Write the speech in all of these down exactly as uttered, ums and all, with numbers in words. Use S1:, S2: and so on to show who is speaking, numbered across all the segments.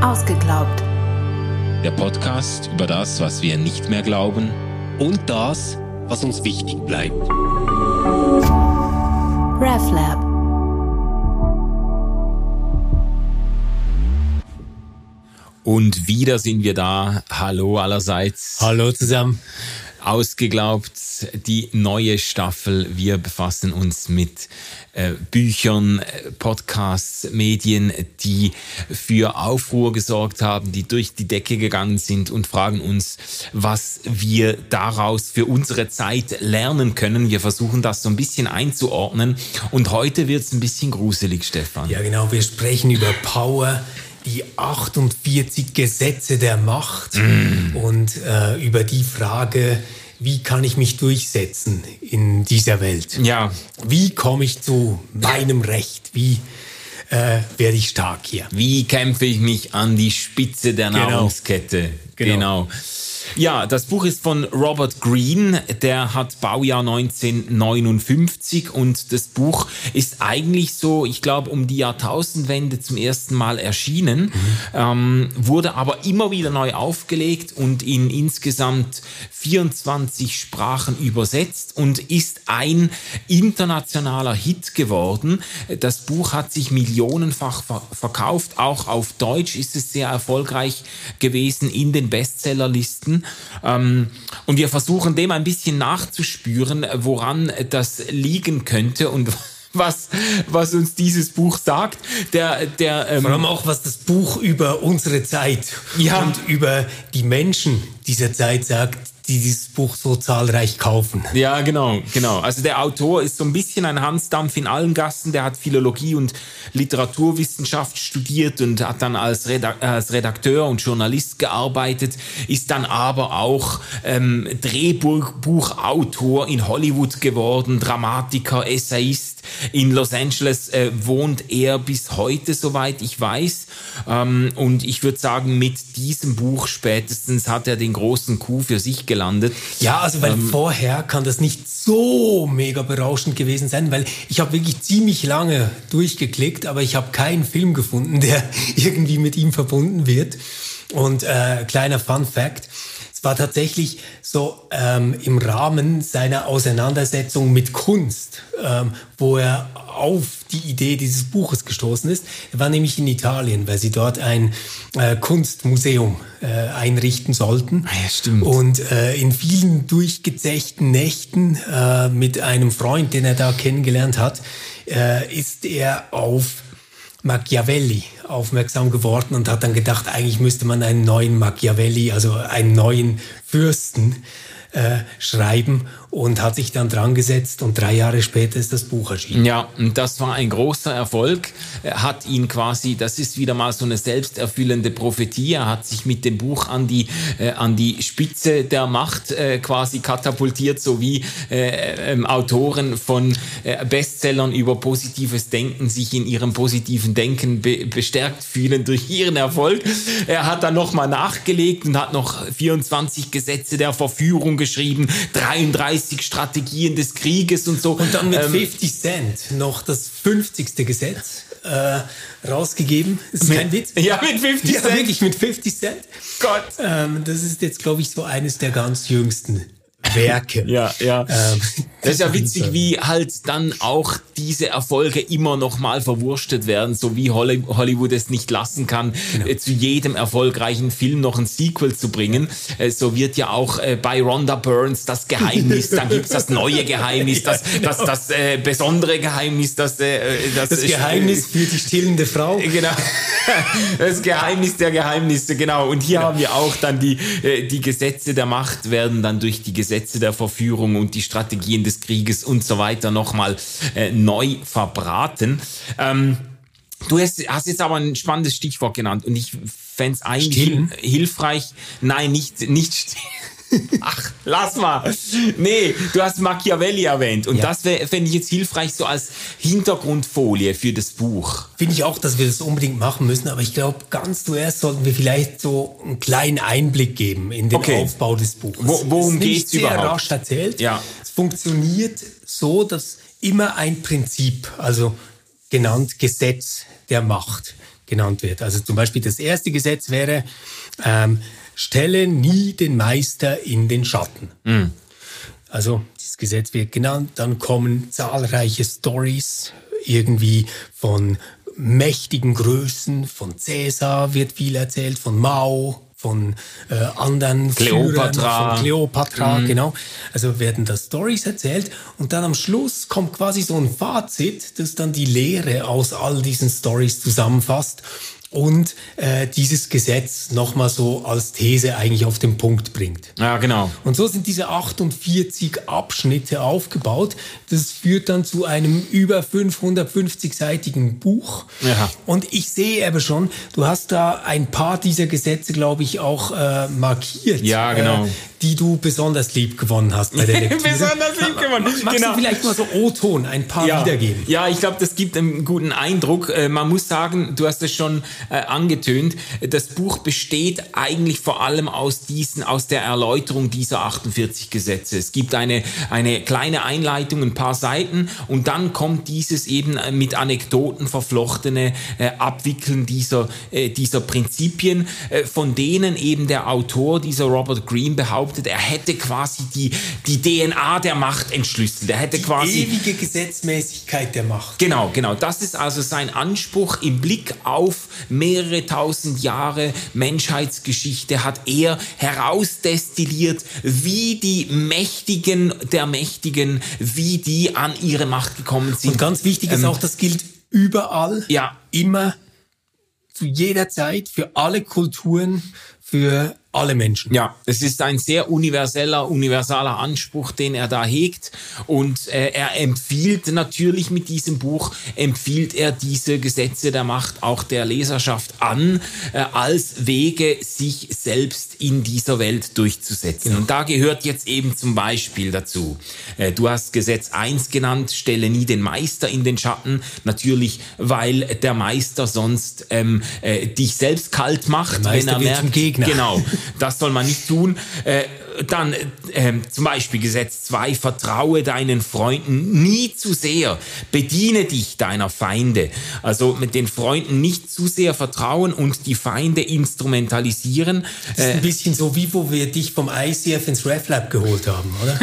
S1: Ausgeglaubt.
S2: Der Podcast über das, was wir nicht mehr glauben
S3: und das, was uns wichtig bleibt.
S1: RefLab.
S2: Und wieder sind wir da. Hallo allerseits.
S3: Hallo zusammen.
S2: Ausgeglaubt, die neue Staffel. Wir befassen uns mit äh, Büchern, Podcasts, Medien, die für Aufruhr gesorgt haben, die durch die Decke gegangen sind und fragen uns, was wir daraus für unsere Zeit lernen können. Wir versuchen das so ein bisschen einzuordnen. Und heute wird es ein bisschen gruselig, Stefan.
S3: Ja genau, wir sprechen über Power, die achtundvierzig Gesetze der Macht mm. und äh, über die Frage, wie kann ich mich durchsetzen in dieser Welt?
S2: Ja.
S3: Wie komme ich zu meinem Recht? Wie äh, werde ich stark hier?
S2: Wie kämpfe ich mich an die Spitze der
S3: genau.
S2: Nahrungskette? Genau. genau. Ja, das Buch ist von Robert Greene, der hat Baujahr neunzehnhundertneunundfünfzig und das Buch ist eigentlich so, ich glaube, um die Jahrtausendwende zum ersten Mal erschienen, mhm. ähm, wurde aber immer wieder neu aufgelegt und in insgesamt vierundzwanzig Sprachen übersetzt und ist ein internationaler Hit geworden. Das Buch hat sich millionenfach ver- verkauft, auch auf Deutsch ist es sehr erfolgreich gewesen in den Bestsellerlisten. Ähm, und wir versuchen dem ein bisschen nachzuspüren, woran das liegen könnte und was, was uns dieses Buch sagt. Der, der, ähm,
S3: Vor allem auch, was das Buch über unsere Zeit ja. und über die Menschen dieser Zeit sagt, die dieses Buch so zahlreich kaufen.
S2: Ja, genau, genau. Also der Autor ist so ein bisschen ein Hansdampf in allen Gassen. Der hat Philologie und Literaturwissenschaft studiert und hat dann als, Redak- als Redakteur und Journalist gearbeitet, ist dann aber auch ähm, Drehbuchautor in Hollywood geworden, Dramatiker, Essayist. In Los Angeles äh, wohnt er bis heute, soweit ich weiß. Ähm, und ich würde sagen, mit diesem Buch spätestens hat er den großen Coup für sich gelandet.
S3: Ja, also weil ähm, vorher kann das nicht so mega berauschend gewesen sein, weil ich habe wirklich ziemlich lange durchgeklickt, aber ich habe keinen Film gefunden, der irgendwie mit ihm verbunden wird. Und äh, kleiner Fun Fact, es war tatsächlich so ähm, im Rahmen seiner Auseinandersetzung mit Kunst, ähm, wo er auf die Idee dieses Buches gestoßen ist. Er war nämlich in Italien, weil sie dort ein äh, Kunstmuseum äh, einrichten sollten.
S2: Ja, stimmt.
S3: Und äh, in vielen durchgezechten Nächten äh, mit einem Freund, den er da kennengelernt hat, äh, ist er auf Machiavelli aufmerksam geworden und hat dann gedacht, eigentlich müsste man einen neuen Machiavelli, also einen neuen Fürsten äh, schreiben und hat sich dann dran gesetzt und drei Jahre später ist das Buch erschienen.
S2: Ja, und das war ein großer Erfolg. Er hat ihn quasi, das ist wieder mal so eine selbsterfüllende Prophetie, er hat sich mit dem Buch an die, äh, an die Spitze der Macht äh, quasi katapultiert, so wie äh, ähm, Autoren von äh, Bestsellern über positives Denken sich in ihrem positiven Denken be- bestärkt fühlen durch ihren Erfolg. Er hat dann nochmal nachgelegt und hat noch vierundzwanzig Gesetze der Verführung geschrieben, dreiunddreißig Strategien des Krieges und so.
S3: Und dann mit
S2: ähm,
S3: fifty Cent noch das fünfzigste Gesetz äh, rausgegeben. Das ist kein Witz.
S2: Ja, mit fifty Cent.
S3: Ja, wirklich mit fifty Cent.
S2: Gott.
S3: Ähm, das ist jetzt, glaube ich, so eines der ganz jüngsten Werke.
S2: Ja, ja.
S3: Ähm,
S2: das ist ja witzig, wie halt dann auch diese Erfolge immer noch mal verwurstet werden, so wie Hollywood es nicht lassen kann, genau. äh, zu jedem erfolgreichen Film noch ein Sequel zu bringen. Äh, so wird ja auch äh, bei Rhonda Burns das Geheimnis, dann gibt's das neue Geheimnis, das, ja, genau. das, das, das äh, besondere Geheimnis, das, äh, das,
S3: das Geheimnis äh, für die stillende Frau.
S2: Genau. Das Geheimnis der Geheimnisse, genau. Und hier ja. haben wir auch dann die, äh, die Gesetze der Macht werden dann durch die Gesetze der Verführung und die Strategien des Krieges und so weiter nochmal äh, neu verbraten. Ähm, du hast, hast jetzt aber ein spannendes Stichwort genannt und ich fände es eigentlich
S3: Stillen?
S2: hilfreich. Nein, nicht, nicht stillen. Ach, lass mal. Nee, du hast Machiavelli erwähnt und ja. das fände ich jetzt hilfreich so als Hintergrundfolie für das Buch.
S3: Finde ich auch, dass wir das unbedingt machen müssen, aber ich glaube, ganz zuerst sollten wir vielleicht so einen kleinen Einblick geben in den okay. Aufbau des Buches.
S2: Wo, worum geht es überhaupt?
S3: Sehr rasch erzählt.
S2: Ja.
S3: Es funktioniert so, dass immer ein Prinzip, also genannt Gesetz der Macht, genannt wird. Also zum Beispiel das erste Gesetz wäre, ähm, stelle nie den Meister in den Schatten. Mhm. Also dieses Gesetz wird genannt, dann kommen zahlreiche Stories irgendwie von mächtigen Größen, von Cäsar wird viel erzählt, von Mao, von äh, anderen
S2: Kleopatra.
S3: Führern, von Kleopatra,
S2: mhm.
S3: genau. Also werden da Stories erzählt und dann am Schluss kommt quasi so ein Fazit, das dann die Lehre aus all diesen Stories zusammenfasst und äh, dieses Gesetz nochmal so als These eigentlich auf den Punkt bringt.
S2: Ja, genau.
S3: Und so sind diese achtundvierzig Abschnitte aufgebaut. Das führt dann zu einem über fünfhundertfünfzig-seitigen Buch.
S2: Ja.
S3: Und ich sehe aber schon, du hast da ein paar dieser Gesetze, glaube ich, auch äh, markiert.
S2: Ja, genau.
S3: Äh, die du besonders lieb gewonnen hast bei der Lektüre.
S2: Besonders lieb gewonnen.
S3: Magst
S2: genau.
S3: du vielleicht mal so O-Ton ein paar
S2: ja.
S3: wiedergeben?
S2: Ja, ich glaube, das gibt einen guten Eindruck. Äh, man muss sagen, du hast es schon äh, angetönt, das Buch besteht eigentlich vor allem aus diesen, aus der Erläuterung dieser achtundvierzig Gesetze. Es gibt eine, eine kleine Einleitung, ein paar Seiten und dann kommt dieses eben mit Anekdoten verflochtene äh, Abwickeln dieser, äh, dieser Prinzipien, äh, von denen eben der Autor, dieser Robert Greene, behauptet, er hätte quasi die, die D N A der Macht entschlüsselt. Er hätte
S3: die
S2: quasi
S3: ewige Gesetzmäßigkeit der Macht.
S2: Genau, genau. Das ist also sein Anspruch. Im Blick auf mehrere tausend Jahre Menschheitsgeschichte hat er herausdestilliert, wie die Mächtigen der Mächtigen, wie die an ihre Macht gekommen sind.
S3: Und ganz wichtig ist ähm, auch, das gilt überall,
S2: ja.
S3: immer, zu jeder Zeit, für alle Kulturen, für alle Menschen.
S2: Ja, es ist ein sehr universeller, universaler Anspruch, den er da hegt. Und äh, er empfiehlt natürlich mit diesem Buch, empfiehlt er diese Gesetze der Macht auch der Leserschaft an, äh, als Wege, sich selbst in dieser Welt durchzusetzen. Ja. Und da gehört jetzt eben zum Beispiel dazu, äh, du hast Gesetz eins genannt, stelle nie den Meister in den Schatten. Natürlich, weil der Meister sonst ähm, äh, dich selbst kalt macht, wenn er merkt,
S3: zum Gegner.
S2: Genau. Das soll man nicht tun. Äh, dann äh, zum Beispiel Gesetz zwei, vertraue deinen Freunden nie zu sehr, bediene dich deiner Feinde. Also mit den Freunden nicht zu sehr vertrauen und die Feinde instrumentalisieren.
S3: Das ist ein bisschen so, wie wo wir dich vom I C F ins RefLab geholt haben, oder?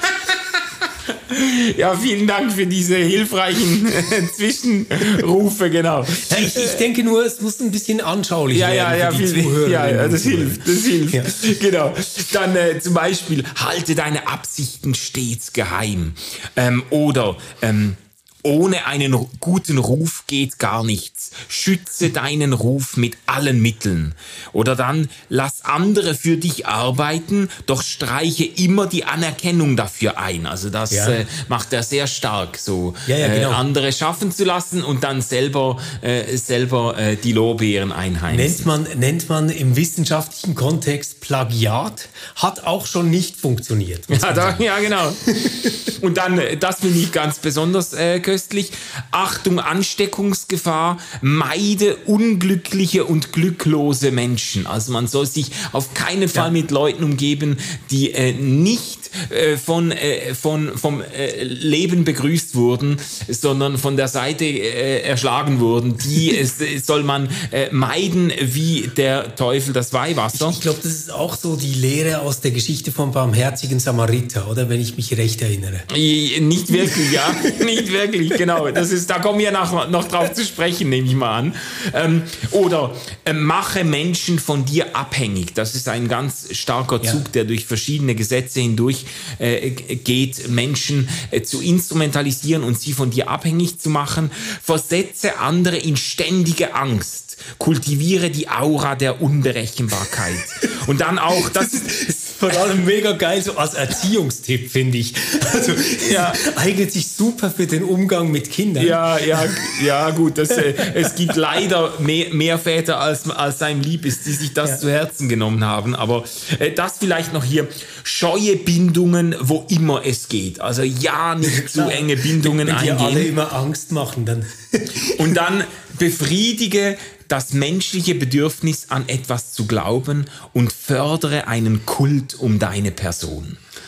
S2: Ja, vielen Dank für diese hilfreichen äh, Zwischenrufe, genau.
S3: Ja, ich, ich denke nur, es muss ein bisschen anschaulich
S2: ja,
S3: werden
S2: ja,
S3: für die
S2: viel,
S3: Zuhörer.
S2: Ja, ja, das hilft, das hilft.
S3: Ja.
S2: Genau. Dann äh, zum Beispiel, halte deine Absichten stets geheim. Ähm, oder ähm, ohne einen guten Ruf geht gar nichts. Schütze deinen Ruf mit allen Mitteln. Oder dann, lass andere für dich arbeiten, doch streiche immer die Anerkennung dafür ein. Also das
S3: ja.
S2: äh, macht er sehr stark, so
S3: ja, ja, genau.
S2: äh, andere schaffen zu lassen und dann selber, äh, selber äh, die Lorbeeren einheimsen.
S3: Nennt man, nennt man im wissenschaftlichen Kontext Plagiat, hat auch schon nicht funktioniert.
S2: Ja, da, ja, genau. Und dann, das finde ich ganz besonders äh, köstlich. Achtung, Ansteckungsgefahr, meide unglückliche und glücklose Menschen. Also man soll sich auf keinen Fall ja. mit Leuten umgeben, die äh, nicht äh, von, äh, von, vom äh, Leben begrüßt wurden, sondern von der Seite äh, erschlagen wurden. Die es, soll man äh, meiden wie der Teufel das Weihwasser.
S3: Ich, ich glaube, das ist auch so die Lehre aus der Geschichte vom barmherzigen Samariter, oder? Wenn ich mich recht erinnere.
S2: Nicht wirklich, ja. Nicht wirklich, genau. Das ist, da kommen wir noch, noch drauf zu sprechen, nehme ich mal an. Ähm, oder äh, mache Menschen von dir abhängig. Das ist ein ganz starker Zug, ja. der durch verschiedene Gesetze hindurch äh, geht, Menschen äh, zu instrumentalisieren und sie von dir abhängig zu machen. Versetze andere in ständige Angst. Kultiviere die Aura der Unberechenbarkeit. Und dann auch, das ist,
S3: ist vor allem mega geil, so als Erziehungstipp, finde ich. Also, ja, eignet sich super für den Umgang mit Kindern.
S2: Ja, ja, ja, gut. Das, äh, es gibt leider mehr, mehr Väter als, als einem lieb ist, die sich das ja. zu Herzen genommen haben. Aber äh, das vielleicht noch hier. Scheue Bindungen, wo immer es geht. Also ja, nicht zu enge Bindungen
S3: Wenn
S2: eingehen.
S3: Wenn die alle immer Angst machen, dann...
S2: Und dann befriedige das menschliche Bedürfnis, an etwas zu glauben und fördere einen Kult um deine Person.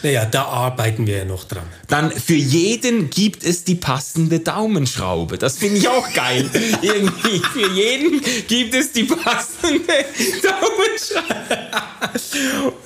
S3: Naja, da arbeiten wir ja noch dran.
S2: Dann für jeden gibt es die passende Daumenschraube. Das finde ich auch geil. Irgendwie für jeden gibt es die passende Daumenschraube.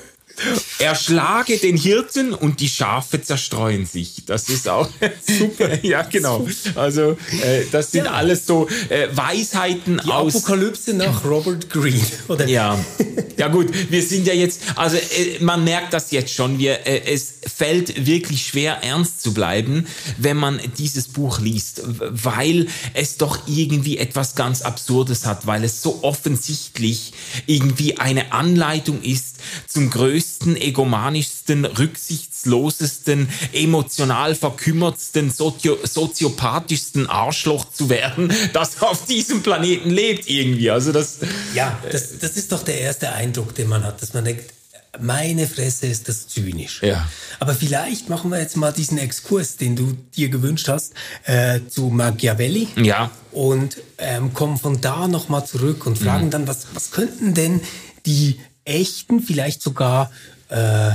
S2: Erschlage den Hirten und die Schafe zerstreuen sich. Das ist auch super. Ja, genau. Also äh, das sind ja alles so äh, Weisheiten
S3: die
S2: aus...
S3: Apokalypse nach Robert Greene. Oder?
S2: Ja. Ja gut, wir sind ja jetzt... Also äh, man merkt das jetzt schon. Wir, äh, es fällt wirklich schwer, ernst zu bleiben, wenn man dieses Buch liest, weil es doch irgendwie etwas ganz Absurdes hat, weil es so offensichtlich irgendwie eine Anleitung ist zum größten, egomanischsten, rücksichtslosesten, emotional verkümmertsten, sozio- soziopathischsten Arschloch zu werden, das auf diesem Planeten lebt irgendwie. Also das,
S3: ja, das, das ist doch der erste Eindruck, den man hat, dass man denkt, meine Fresse ist das zynisch.
S2: Ja.
S3: Aber vielleicht machen wir jetzt mal diesen Exkurs, den du dir gewünscht hast, äh, zu Machiavelli.
S2: Ja.
S3: Und ähm, kommen von da nochmal zurück und fragen mhm. dann, was, was könnten denn die echten, vielleicht sogar äh,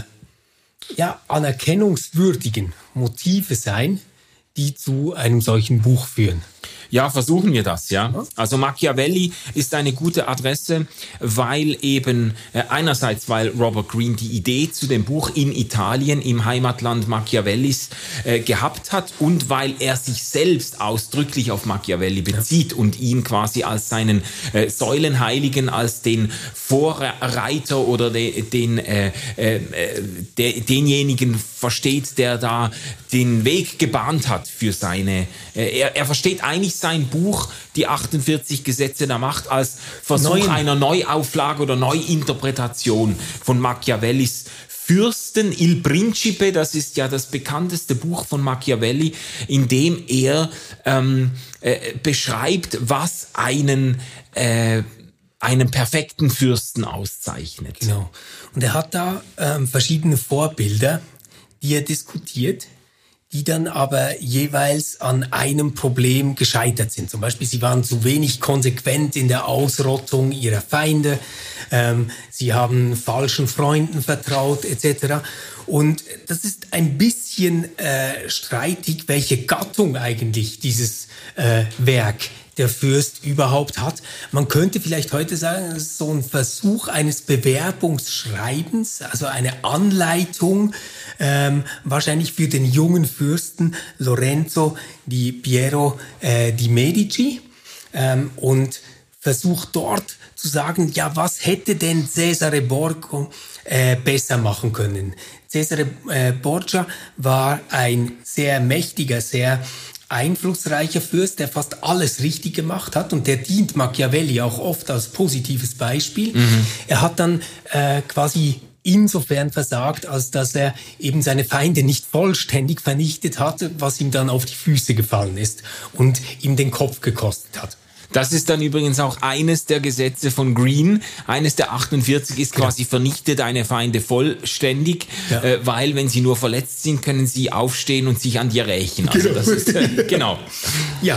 S3: ja, anerkennungswürdigen Motive sein, die zu einem solchen Buch führen.
S2: Ja, versuchen wir das, ja. Also Machiavelli ist eine gute Adresse, weil eben äh, einerseits, weil Robert Greene die Idee zu dem Buch in Italien, im Heimatland Machiavellis, äh, gehabt hat und weil er sich selbst ausdrücklich auf Machiavelli bezieht ja. und ihn quasi als seinen äh, Säulenheiligen, als den Vorreiter oder de, den äh, äh, de, denjenigen versteht, der da den Weg gebahnt hat für seine... Äh, er, er versteht eigentlich sein Buch, die achtundvierzig Gesetze der Macht, als Versuch Neuen. einer Neuauflage oder Neuinterpretation von Machiavellis Fürsten, Il Principe, das ist ja das bekannteste Buch von Machiavelli, in dem er ähm, äh, beschreibt, was einen, äh, einen perfekten Fürsten auszeichnet.
S3: Genau. Und er hat da ähm, verschiedene Vorbilder, die er diskutiert, die dann aber jeweils an einem Problem gescheitert sind. Zum Beispiel, sie waren zu wenig konsequent in der Ausrottung ihrer Feinde, ähm, sie haben falschen Freunden vertraut, et cetera. Und das ist ein bisschen äh, streitig, welche Gattung eigentlich dieses äh, Werk der Fürst überhaupt hat. Man könnte vielleicht heute sagen, es ist so ein Versuch eines Bewerbungsschreibens, also eine Anleitung, ähm, wahrscheinlich für den jungen Fürsten Lorenzo di Piero äh, di Medici, ähm, und versucht dort zu sagen, ja, was hätte denn Cesare Borgia äh, besser machen können? Cesare äh, Borgia war ein sehr mächtiger, sehr einflussreicher Fürst, der fast alles richtig gemacht hat, und der dient Machiavelli auch oft als positives Beispiel. Mhm. Er hat dann äh, quasi insofern versagt, als dass er eben seine Feinde nicht vollständig vernichtet hat, was ihm dann auf die Füße gefallen ist und ihm den Kopf gekostet hat.
S2: Das ist dann übrigens auch eines der Gesetze von Greene. Eines der achtundvierzig ist quasi ja. vernichte deine Feinde vollständig, ja. äh, weil wenn sie nur verletzt sind, können sie aufstehen und sich an dir rächen. Also genau. Das ist, äh, genau.
S3: Ja.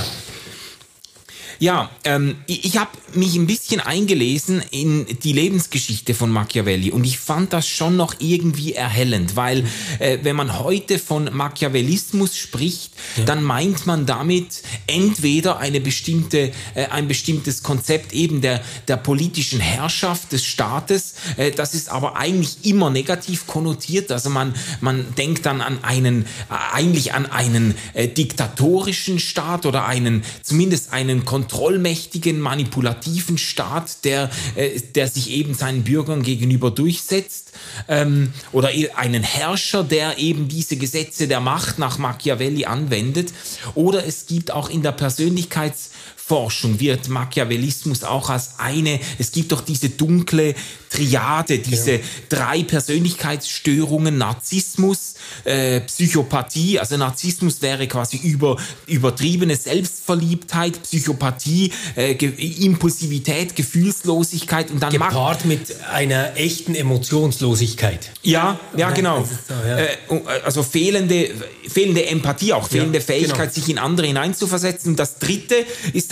S2: Ja, ähm, ich, ich habe mich ein bisschen eingelesen in die Lebensgeschichte von Machiavelli und ich fand das schon noch irgendwie erhellend, weil äh, wenn man heute von Machiavellismus spricht, ja. dann meint man damit entweder eine bestimmte, äh, ein bestimmtes Konzept eben der, der politischen Herrschaft des Staates, äh, das ist aber eigentlich immer negativ konnotiert, also man, man denkt dann an einen, äh, eigentlich an einen äh, diktatorischen Staat oder einen, zumindest einen kontrollmächtigen, manipulativen Staat, der, äh, der sich eben seinen Bürgern gegenüber durchsetzt, ähm, oder einen Herrscher, der eben diese Gesetze der Macht nach Machiavelli anwendet. Oder es gibt auch in der Persönlichkeitsforschung, wird Machiavellismus auch als eine, es gibt doch diese dunkle Triade, diese ja. drei Persönlichkeitsstörungen, Narzissmus, äh, Psychopathie, also Narzissmus wäre quasi über, übertriebene Selbstverliebtheit, Psychopathie, äh, Ge- Impulsivität, Gefühlslosigkeit und dann
S3: gepaart mit einer echten Emotionslosigkeit.
S2: Ja, ja, genau.
S3: So, ja.
S2: Äh, also fehlende, fehlende Empathie, auch fehlende ja, Fähigkeit, genau. sich in andere hineinzuversetzen. Und das dritte ist dann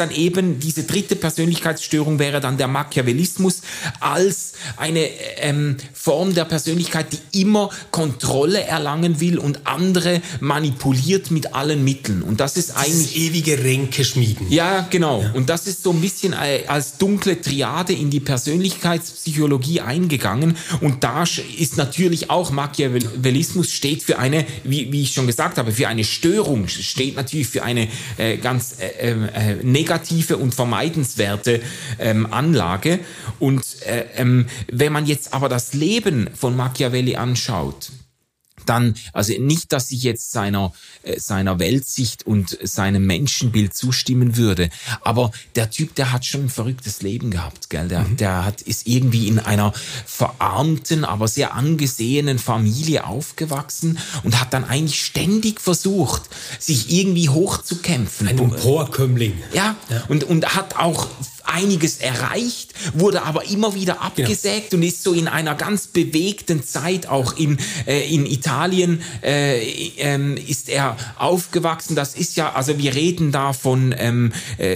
S2: dann eben, diese dritte Persönlichkeitsstörung wäre dann der Machiavellismus als eine ähm, Form der Persönlichkeit, die immer Kontrolle erlangen will und andere manipuliert mit allen Mitteln. Und das ist eigentlich...
S3: Das ewige Ränkeschmieden.
S2: Ja, genau. Ja. Und das ist so ein bisschen als dunkle Triade in die Persönlichkeitspsychologie eingegangen. Und da ist natürlich auch Machiavellismus steht für eine, wie, wie ich schon gesagt habe, für eine Störung, steht natürlich für eine äh, ganz äh, äh, negative und vermeidenswerte ähm, Anlage. Und äh, ähm, wenn man jetzt aber das Leben von Machiavelli anschaut, dann, also nicht, dass ich jetzt seiner, äh, seiner Weltsicht und seinem Menschenbild zustimmen würde, aber der Typ, der hat schon ein verrücktes Leben gehabt, gell? Der, mhm. der hat, ist irgendwie in einer verarmten, aber sehr angesehenen Familie aufgewachsen und hat dann eigentlich ständig versucht, sich irgendwie hochzukämpfen.
S3: Ein Emporkömmling.
S2: Ja, ja. Und, und hat auch einiges erreicht, wurde aber immer wieder abgesägt ja. und ist so in einer ganz bewegten Zeit auch in, äh, in Italien äh, ähm, ist er aufgewachsen. Das ist ja, also wir reden da von ähm,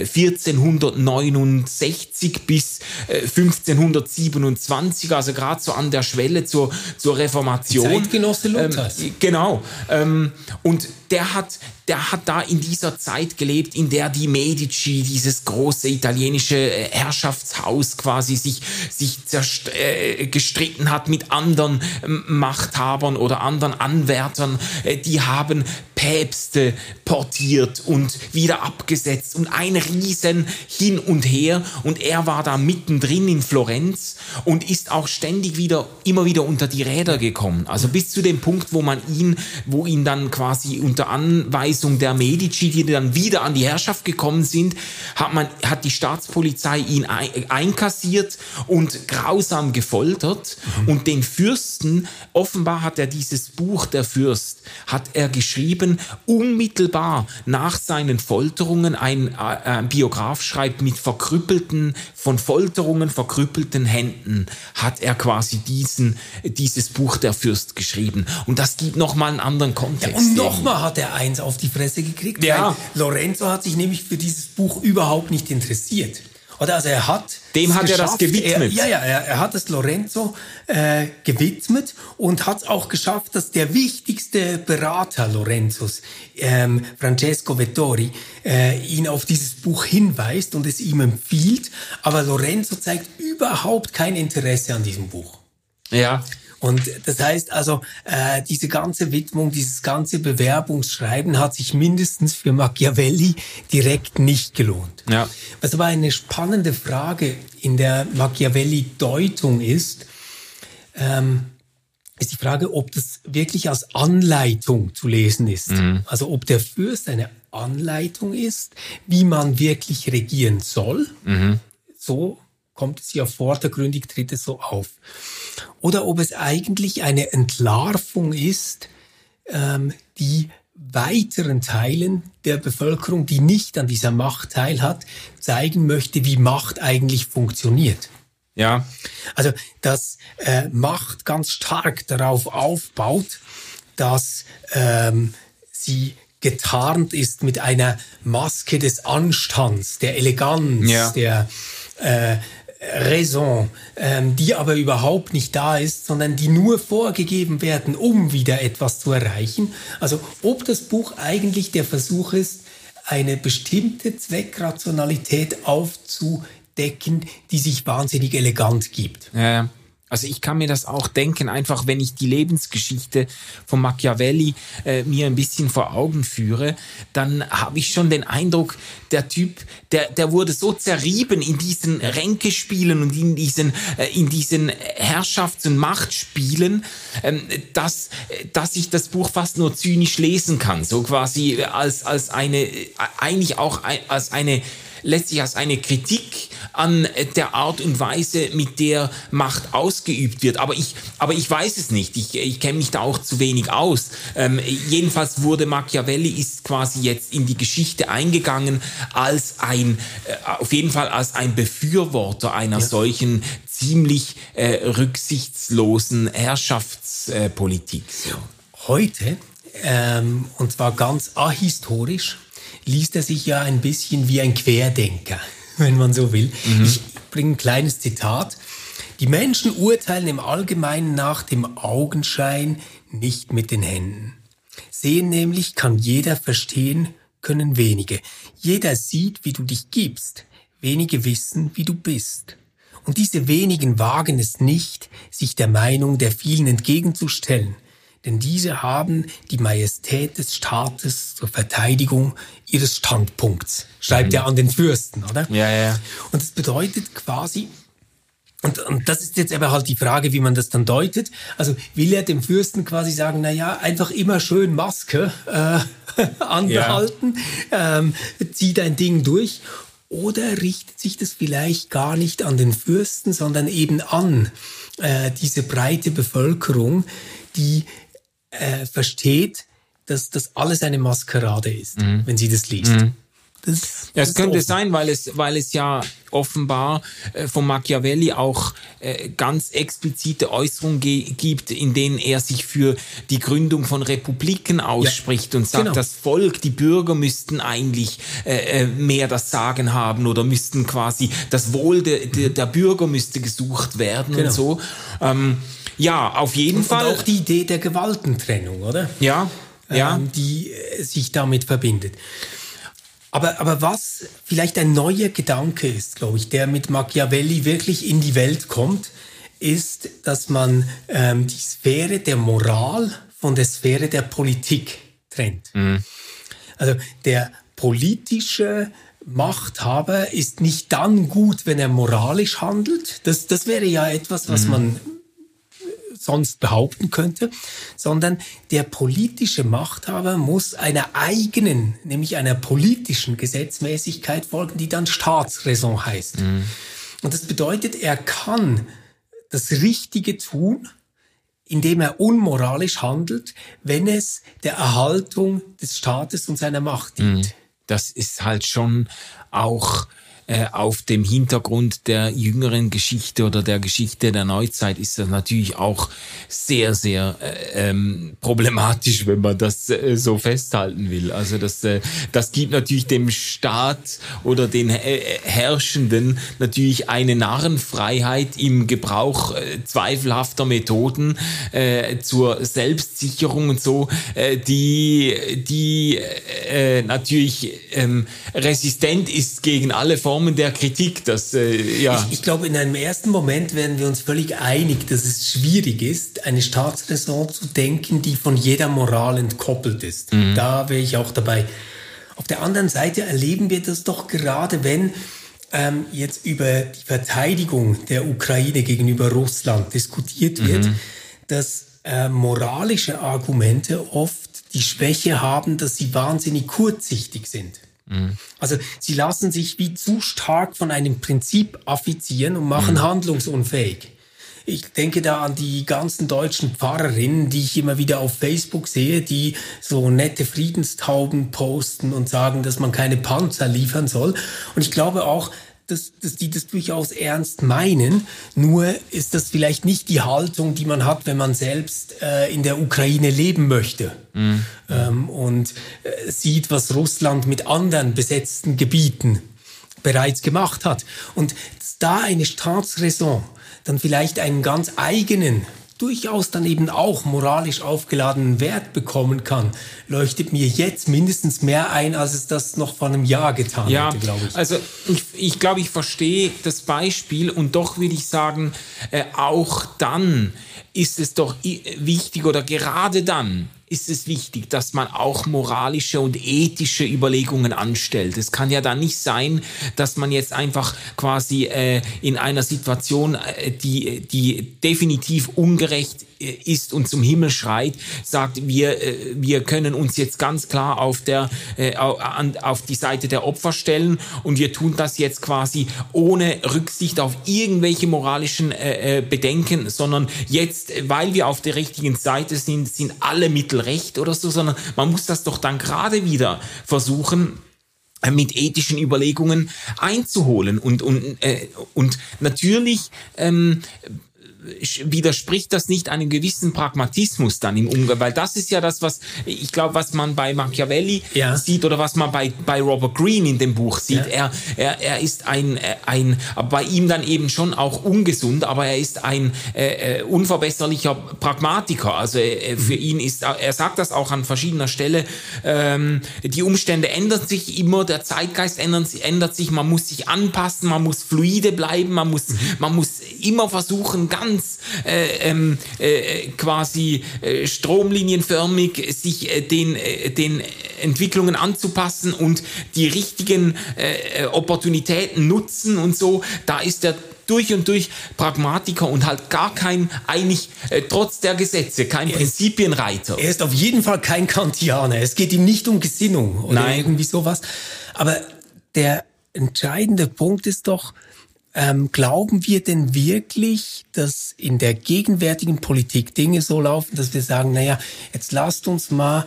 S2: vierzehnhundertneunundsechzig bis äh, fünfzehnhundertsiebenundzwanzig, also gerade so an der Schwelle zur, zur Reformation.
S3: Zeitgenosse Luthers.
S2: Ähm, genau. Ähm, und der hat, der hat da in dieser Zeit gelebt, in der die Medici, dieses große italienische Herrschaftshaus quasi sich, sich zerst- äh, gestritten hat mit anderen ähm, Machthabern oder anderen Anwärtern. Äh, die haben Päpste portiert und wieder abgesetzt und ein Riesen hin und her. Und er war da mittendrin in Florenz und ist auch ständig wieder, immer wieder unter die Räder gekommen. Also bis zu dem Punkt, wo man ihn, wo ihn dann quasi unter Anweisung der Medici, die dann wieder an die Herrschaft gekommen sind, hat man, hat die Staatspolizei ihn einkassiert und grausam gefoltert. Mhm. Und den Fürsten, offenbar hat er dieses Buch, der Fürst, hat er geschrieben, unmittelbar nach seinen Folterungen. Ein, ein Biograf schreibt, mit verkrüppelten, von Folterungen verkrüppelten Händen hat er quasi diesen, dieses Buch, der Fürst, geschrieben. Und das gibt nochmal einen anderen Kontext.
S3: Ja, und nochmal hat er eins auf die Fresse gekriegt,
S2: ja.
S3: weil Lorenzo hat sich nämlich für dieses Buch überhaupt nicht interessiert. Oder also er hat
S2: dem hat er das gewidmet.
S3: Er, ja, ja, er, er hat es Lorenzo äh, gewidmet und hat es auch geschafft, dass der wichtigste Berater Lorenzos, ähm, Francesco Vettori, äh, ihn auf dieses Buch hinweist und es ihm empfiehlt. Aber Lorenzo zeigt überhaupt kein Interesse an diesem Buch.
S2: Ja.
S3: Und das heißt also, äh, diese ganze Widmung, dieses ganze Bewerbungsschreiben hat sich mindestens für Machiavelli direkt nicht gelohnt.
S2: Ja.
S3: Was aber eine spannende Frage in der Machiavelli-Deutung ist, ähm, ist die Frage, ob das wirklich als Anleitung zu lesen ist. Mhm. Also ob der Fürst eine Anleitung ist, wie man wirklich regieren soll. Mhm. So kommt es ja vordergründig, tritt es so auf. Oder ob es eigentlich eine Entlarvung ist, ähm, die weiteren Teilen der Bevölkerung, die nicht an dieser Macht teilhat, zeigen möchte, wie Macht eigentlich funktioniert.
S2: Ja.
S3: Also, dass äh, Macht ganz stark darauf aufbaut, dass ähm, sie getarnt ist mit einer Maske des Anstands, der Eleganz, ja. der äh, Raison, ähm, die aber überhaupt nicht da ist, sondern die nur vorgegeben werden, um wieder etwas zu erreichen. Also ob das Buch eigentlich der Versuch ist, eine bestimmte Zweckrationalität aufzudecken, die sich wahnsinnig elegant gibt.
S2: Ja, ja. Also ich kann mir das auch denken, einfach wenn ich die Lebensgeschichte von Machiavelli äh, mir ein bisschen vor Augen führe, dann habe ich schon den Eindruck, der Typ, der der wurde so zerrieben in diesen Ränkespielen und in diesen äh, in diesen Herrschafts- und Machtspielen, ähm, dass dass ich das Buch fast nur zynisch lesen kann, so quasi als als eine eigentlich auch als eine letztlich als eine Kritik an der Art und Weise, mit der Macht ausgeübt wird. Aber ich, aber ich weiß es nicht. Ich, ich kenne mich da auch zu wenig aus. Ähm, jedenfalls wurde Machiavelli ist quasi jetzt in die Geschichte eingegangen als ein, äh, auf jeden Fall als ein Befürworter einer ja. solchen ziemlich äh, rücksichtslosen Herrschaftspolitik. Äh, so.
S3: Heute, ähm, und zwar ganz ahistorisch, liest er sich ja ein bisschen wie ein Querdenker, wenn man so will. Mhm. Ich bringe ein kleines Zitat. Die Menschen urteilen im Allgemeinen nach dem Augenschein, nicht mit den Händen. Sehen nämlich kann jeder, verstehen können wenige. Jeder sieht, wie du dich gibst. Wenige wissen, wie du bist. Und diese wenigen wagen es nicht, sich der Meinung der vielen entgegenzustellen. Denn diese haben die Majestät des Staates zur Verteidigung ihres Standpunkts. Schreibt mhm. er an den Fürsten, oder?
S2: Ja, ja.
S3: Und das bedeutet quasi, und, und das ist jetzt aber halt die Frage, wie man das dann deutet. Also will er dem Fürsten quasi sagen, na ja, einfach immer schön Maske äh, anbehalten, ja. ähm, zieh dein Ding durch. Oder richtet sich das vielleicht gar nicht an den Fürsten, sondern eben an äh, diese breite Bevölkerung, die äh, versteht, dass das alles eine Maskerade ist, mhm. wenn sie das liest. Mhm.
S2: Das, das ja, es könnte offen. sein, weil es, weil es ja offenbar äh, von Machiavelli auch äh, ganz explizite Äußerungen ge- gibt, in denen er sich für die Gründung von Republiken ausspricht ja, und sagt, genau. das Volk, die Bürger müssten eigentlich äh, mehr das Sagen haben oder müssten quasi, das Wohl de, de, der Bürger müsste gesucht werden genau. und so. Ähm, ja, auf jeden
S3: und,
S2: Fall.
S3: Und auch die Idee der Gewaltentrennung, oder?
S2: Ja, ja.
S3: Ähm, die äh, sich damit verbindet. Aber, aber was vielleicht ein neuer Gedanke ist, glaube ich, der mit Machiavelli wirklich in die Welt kommt, ist, dass man ähm, die Sphäre der Moral von der Sphäre der Politik trennt. Mhm. Also der politische Machthaber ist nicht dann gut, wenn er moralisch handelt. Das, das wäre ja etwas, was mhm. man sonst behaupten könnte, sondern der politische Machthaber muss einer eigenen, nämlich einer politischen Gesetzmäßigkeit folgen, die dann Staatsräson heißt. Mhm. Und das bedeutet, er kann das Richtige tun, indem er unmoralisch handelt, wenn es der Erhaltung des Staates und seiner Macht dient.
S2: Das ist halt schon auch auf dem Hintergrund der jüngeren Geschichte oder der Geschichte der Neuzeit ist das natürlich auch sehr, sehr äh, ähm, problematisch, wenn man das äh, so festhalten will. Also das, äh, das gibt natürlich dem Staat oder den äh, Herrschenden natürlich eine Narrenfreiheit im Gebrauch äh, zweifelhafter Methoden äh, zur Selbstsicherung und so, äh, die, die äh, natürlich äh, resistent ist gegen alle Formen der Kritik, das, äh, ja.
S3: Ich, ich glaube, in einem ersten Moment werden wir uns völlig einig, dass es schwierig ist, eine Staatsräson zu denken, die von jeder Moral entkoppelt ist. Mhm. Da wäre ich auch dabei. Auf der anderen Seite erleben wir das doch gerade, wenn ähm, jetzt über die Verteidigung der Ukraine gegenüber Russland diskutiert wird, mhm. dass äh, moralische Argumente oft die Schwäche haben, dass sie wahnsinnig kurzsichtig sind. Also sie lassen sich wie zu stark von einem Prinzip affizieren und machen mhm. handlungsunfähig. Ich denke da an die ganzen deutschen Pfarrerinnen, die ich immer wieder auf Facebook sehe, die so nette Friedenstauben posten und sagen, dass man keine Panzer liefern soll. Und ich glaube auch, dass, dass die das durchaus ernst meinen. Nur ist das vielleicht nicht die Haltung, die man hat, wenn man selbst äh, in der Ukraine leben möchte. Mhm. Ähm, und äh, sieht, was Russland mit anderen besetzten Gebieten bereits gemacht hat. Und da eine Staatsräson dann vielleicht einen ganz eigenen, durchaus dann eben auch moralisch aufgeladenen Wert bekommen kann, leuchtet mir jetzt mindestens mehr ein, als es das noch vor einem Jahr getan ja, hätte, glaube ich.
S2: Also ich, ich glaube, ich verstehe das Beispiel und doch will ich sagen, äh, auch dann ist es doch wichtig oder gerade dann ist es wichtig, dass man auch moralische und ethische Überlegungen anstellt. Es kann ja dann nicht sein, dass man jetzt einfach quasi äh, in einer Situation, äh, die, die definitiv ungerecht ist und zum Himmel schreit, sagt, wir, äh, wir können uns jetzt ganz klar auf, der, äh, an, auf die Seite der Opfer stellen und wir tun das jetzt quasi ohne Rücksicht auf irgendwelche moralischen äh, Bedenken, sondern jetzt, weil wir auf der richtigen Seite sind, sind alle Mittel recht oder so, sondern man muss das doch dann gerade wieder versuchen, mit ethischen Überlegungen einzuholen. Und, und, äh, und natürlich ähm, widerspricht das nicht einem gewissen Pragmatismus dann im Umgang? Weil das ist ja das, was ich glaube, was man bei Machiavelli ja. sieht oder was man bei, bei Robert Greene in dem Buch sieht. Ja. Er, er, er ist ein, ein, bei ihm dann eben schon auch ungesund, aber er ist ein äh, unverbesserlicher Pragmatiker. Also äh, für mhm. ihn ist, er sagt das auch an verschiedener Stelle, ähm, die Umstände ändern sich immer, der Zeitgeist ändert, ändert sich, man muss sich anpassen, man muss fluide bleiben, man muss, mhm. man muss immer versuchen, ganz äh, äh, quasi äh, stromlinienförmig sich äh, den, äh, den Entwicklungen anzupassen und die richtigen äh, Opportunitäten nutzen und so. Da ist er durch und durch Pragmatiker und halt gar kein, eigentlich äh, trotz der Gesetze, kein er Prinzipienreiter.
S3: Ist, er ist auf jeden Fall kein Kantianer. Es geht ihm nicht um Gesinnung oder Nein. irgendwie sowas. Aber der entscheidende Punkt ist doch, ähm, glauben wir denn wirklich, dass in der gegenwärtigen Politik Dinge so laufen, dass wir sagen, naja, jetzt lasst uns mal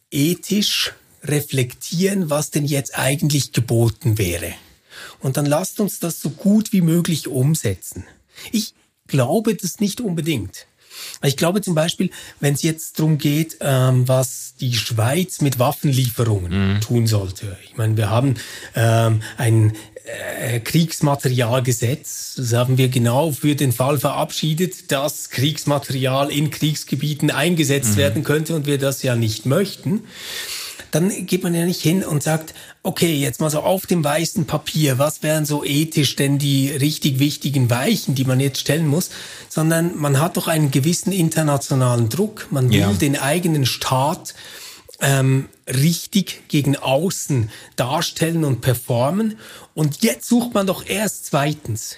S3: ethisch reflektieren, was denn jetzt eigentlich geboten wäre. Und dann lasst uns das so gut wie möglich umsetzen. Ich glaube das nicht unbedingt. Ich glaube zum Beispiel, wenn es jetzt darum geht, ähm, was die Schweiz mit Waffenlieferungen mhm. tun sollte. Ich meine, wir haben ähm, ein äh, Kriegsmaterialgesetz. Das haben wir genau für den Fall verabschiedet, dass Kriegsmaterial in Kriegsgebieten eingesetzt mhm. werden könnte und wir das ja nicht möchten. Dann geht man ja nicht hin und sagt, okay, jetzt mal so auf dem weißen Papier, was wären so ethisch denn die richtig wichtigen Weichen, die man jetzt stellen muss, sondern man hat doch einen gewissen internationalen Druck. Man will ja. den eigenen Staat ähm, richtig gegen außen darstellen und performen. Und jetzt sucht man doch erst zweitens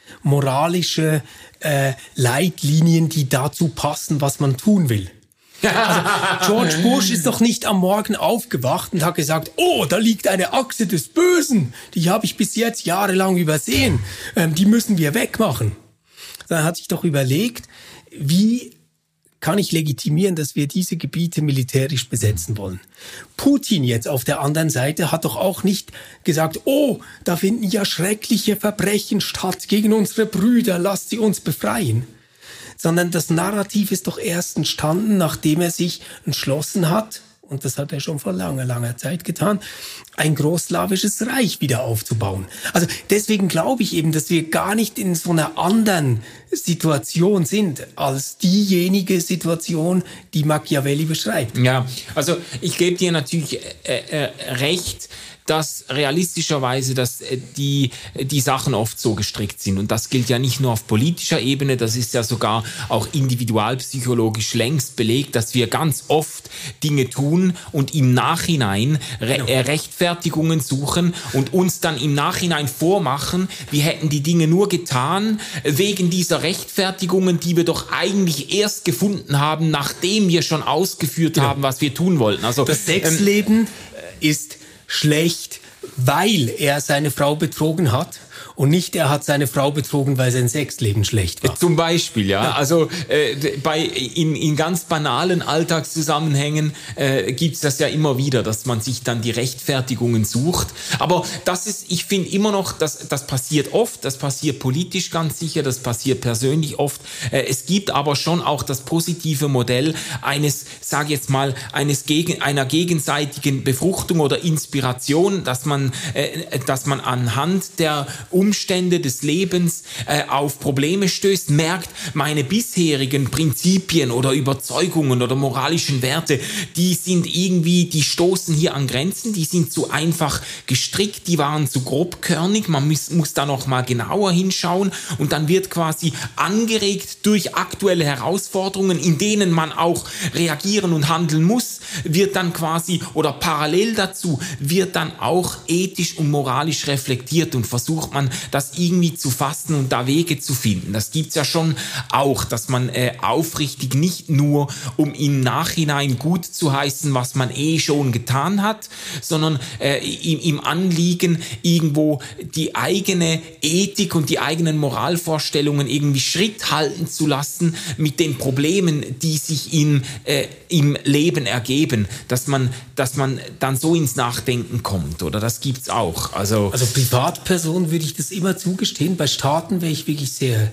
S3: moralische äh, Leitlinien, die dazu passen, was man tun will. Also George Bush ist doch nicht am Morgen aufgewacht und hat gesagt, oh, da liegt eine Achse des Bösen, die habe ich bis jetzt jahrelang übersehen, ähm, die müssen wir wegmachen. Dann hat sich doch überlegt, wie kann ich legitimieren, dass wir diese Gebiete militärisch besetzen wollen. Putin jetzt auf der anderen Seite hat doch auch nicht gesagt, oh, da finden ja schreckliche Verbrechen statt gegen unsere Brüder, lasst sie uns befreien. Sondern das Narrativ ist doch erst entstanden, nachdem er sich entschlossen hat, und das hat er schon vor langer, langer Zeit getan, ein großslawisches Reich wieder aufzubauen. Also deswegen glaube ich eben, dass wir gar nicht in so einer anderen Situation sind, als diejenige Situation, die Machiavelli beschreibt.
S2: Ja, also ich gebe dir natürlich äh, äh, recht, dass realistischerweise dass die, die Sachen oft so gestrickt sind. Und das gilt ja nicht nur auf politischer Ebene, das ist ja sogar auch individualpsychologisch längst belegt, dass wir ganz oft Dinge tun und im Nachhinein Re- äh, Rechtfertigungen suchen und uns dann im Nachhinein vormachen, wir hätten die Dinge nur getan wegen dieser Rechtfertigungen, die wir doch eigentlich erst gefunden haben, nachdem wir schon ausgeführt genau. haben, was wir tun wollten. Also
S3: das Sexleben ähm, ist schlecht, weil er seine Frau betrogen hat und nicht er hat seine Frau betrogen, weil sein Sexleben schlecht war.
S2: Zum Beispiel, ja. ja. Also äh, bei in, in ganz banalen Alltagszusammenhängen äh, gibt's das ja immer wieder, dass man sich dann die Rechtfertigungen sucht. Aber das ist, ich finde immer noch, dass das passiert oft, das passiert politisch ganz sicher, das passiert persönlich oft. Äh, es gibt aber schon auch das positive Modell eines, sage jetzt mal, eines gegen einer gegenseitigen Befruchtung oder Inspiration, dass man, äh, dass man anhand der Umstände des Lebens äh, auf Probleme stößt, merkt, meine bisherigen Prinzipien oder Überzeugungen oder moralischen Werte, die sind irgendwie, die stoßen hier an Grenzen, die sind zu einfach gestrickt, die waren zu grobkörnig, man muss, muss da noch mal genauer hinschauen und dann wird quasi angeregt durch aktuelle Herausforderungen, in denen man auch reagieren und handeln muss, wird dann quasi oder parallel dazu wird dann auch ethisch und moralisch reflektiert und versucht man das irgendwie zu fassen und da Wege zu finden. Das gibt's ja schon auch, dass man äh, aufrichtig nicht nur, um im Nachhinein gut zu heißen, was man eh schon getan hat, sondern äh, im, im Anliegen irgendwo die eigene Ethik und die eigenen Moralvorstellungen irgendwie Schritt halten zu lassen mit den Problemen, die sich im, äh, im Leben ergeben, dass man, dass man dann so ins Nachdenken kommt, oder? Das gibt's auch. Also,
S3: also Privatperson würde ich das immer zugestehen. Bei Staaten wäre ich wirklich sehr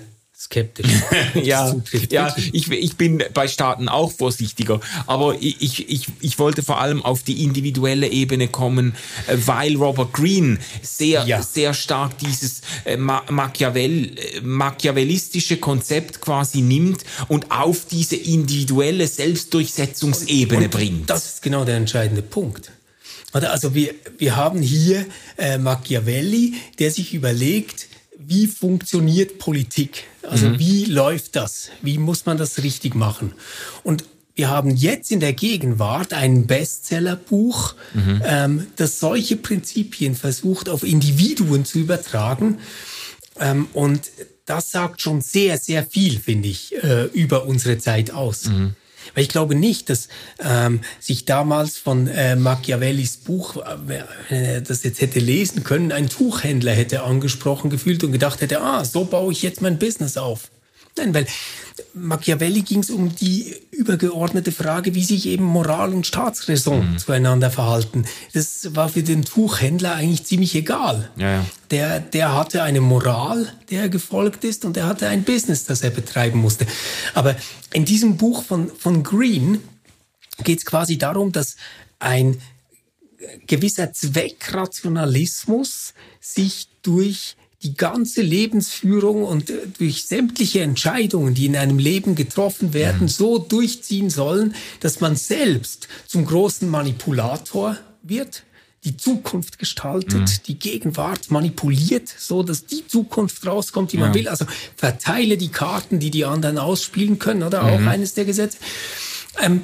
S3: skeptisch.
S2: ja, ja ich, ich bin bei Staaten auch vorsichtiger, aber ich, ich, ich wollte vor allem auf die individuelle Ebene kommen, weil Robert Greene sehr, ja. sehr stark dieses Machiavell, machiavellistische Konzept quasi nimmt und auf diese individuelle Selbstdurchsetzungsebene und, und bringt.
S3: Das ist genau der entscheidende Punkt. Also wir, wir haben hier äh, Machiavelli, der sich überlegt, wie funktioniert Politik? Also mhm. wie läuft das? Wie muss man das richtig machen? Und wir haben jetzt in der Gegenwart ein Bestsellerbuch, mhm. ähm, das solche Prinzipien versucht, auf Individuen zu übertragen. Ähm, und das sagt schon sehr, sehr viel, finde ich, äh, über unsere Zeit aus. Mhm. Weil ich glaube nicht, dass ähm, sich damals von äh, Machiavellis Buch, wenn er das jetzt hätte lesen können, ein Tuchhändler hätte angesprochen gefühlt und gedacht hätte, ah, so baue ich jetzt mein Business auf. Nein, weil Machiavelli ging es um die übergeordnete Frage, wie sich eben Moral und Staatsräson mhm. zueinander verhalten. Das war für den Tuchhändler eigentlich ziemlich egal.
S2: Ja, ja.
S3: Der, der hatte eine Moral, der er gefolgt ist, und er hatte ein Business, das er betreiben musste. Aber in diesem Buch von, von Greene geht es quasi darum, dass ein gewisser Zweckrationalismus sich durch die ganze Lebensführung und durch sämtliche Entscheidungen, die in einem Leben getroffen werden, mhm. so durchziehen sollen, dass man selbst zum großen Manipulator wird, die Zukunft gestaltet, mhm. die Gegenwart manipuliert, so dass die Zukunft rauskommt, die man ja. will. Also verteile die Karten, die die anderen ausspielen können, oder? Mhm. Auch eines der Gesetze. Ähm,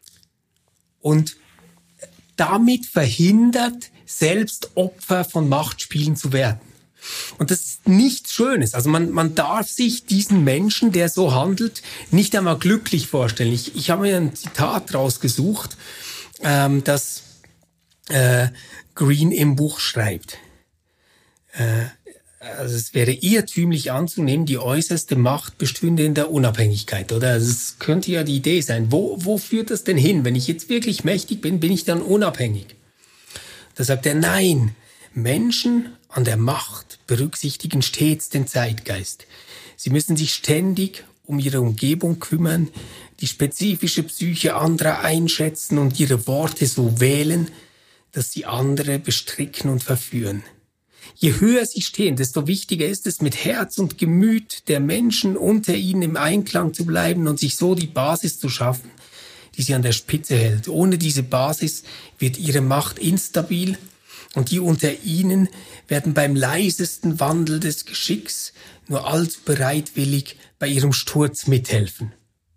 S3: und damit verhindert, selbst Opfer von Machtspielen zu werden. Und das ist nichts Schönes. Also man, man darf sich diesen Menschen, der so handelt, nicht einmal glücklich vorstellen. Ich, ich habe mir ein Zitat rausgesucht, ähm, das äh, Greene im Buch schreibt. Äh, also es wäre irrtümlich anzunehmen, die äußerste Macht bestünde in der Unabhängigkeit, oder? Also es könnte ja die Idee sein. Wo, wo führt das denn hin? Wenn ich jetzt wirklich mächtig bin, bin ich dann unabhängig? Da sagt er, nein, Menschen an der Macht berücksichtigen stets den Zeitgeist. Sie müssen sich ständig um ihre Umgebung kümmern, die spezifische Psyche anderer einschätzen und ihre Worte so wählen, dass sie andere bestricken und verführen. Je höher sie stehen, desto wichtiger ist es, mit Herz und Gemüt der Menschen unter ihnen im Einklang zu bleiben und sich so die Basis zu schaffen, die sie an der Spitze hält. Ohne diese Basis wird ihre Macht instabil, und die unter ihnen werden beim leisesten Wandel des Geschicks nur allzu bereitwillig bei ihrem Sturz mithelfen.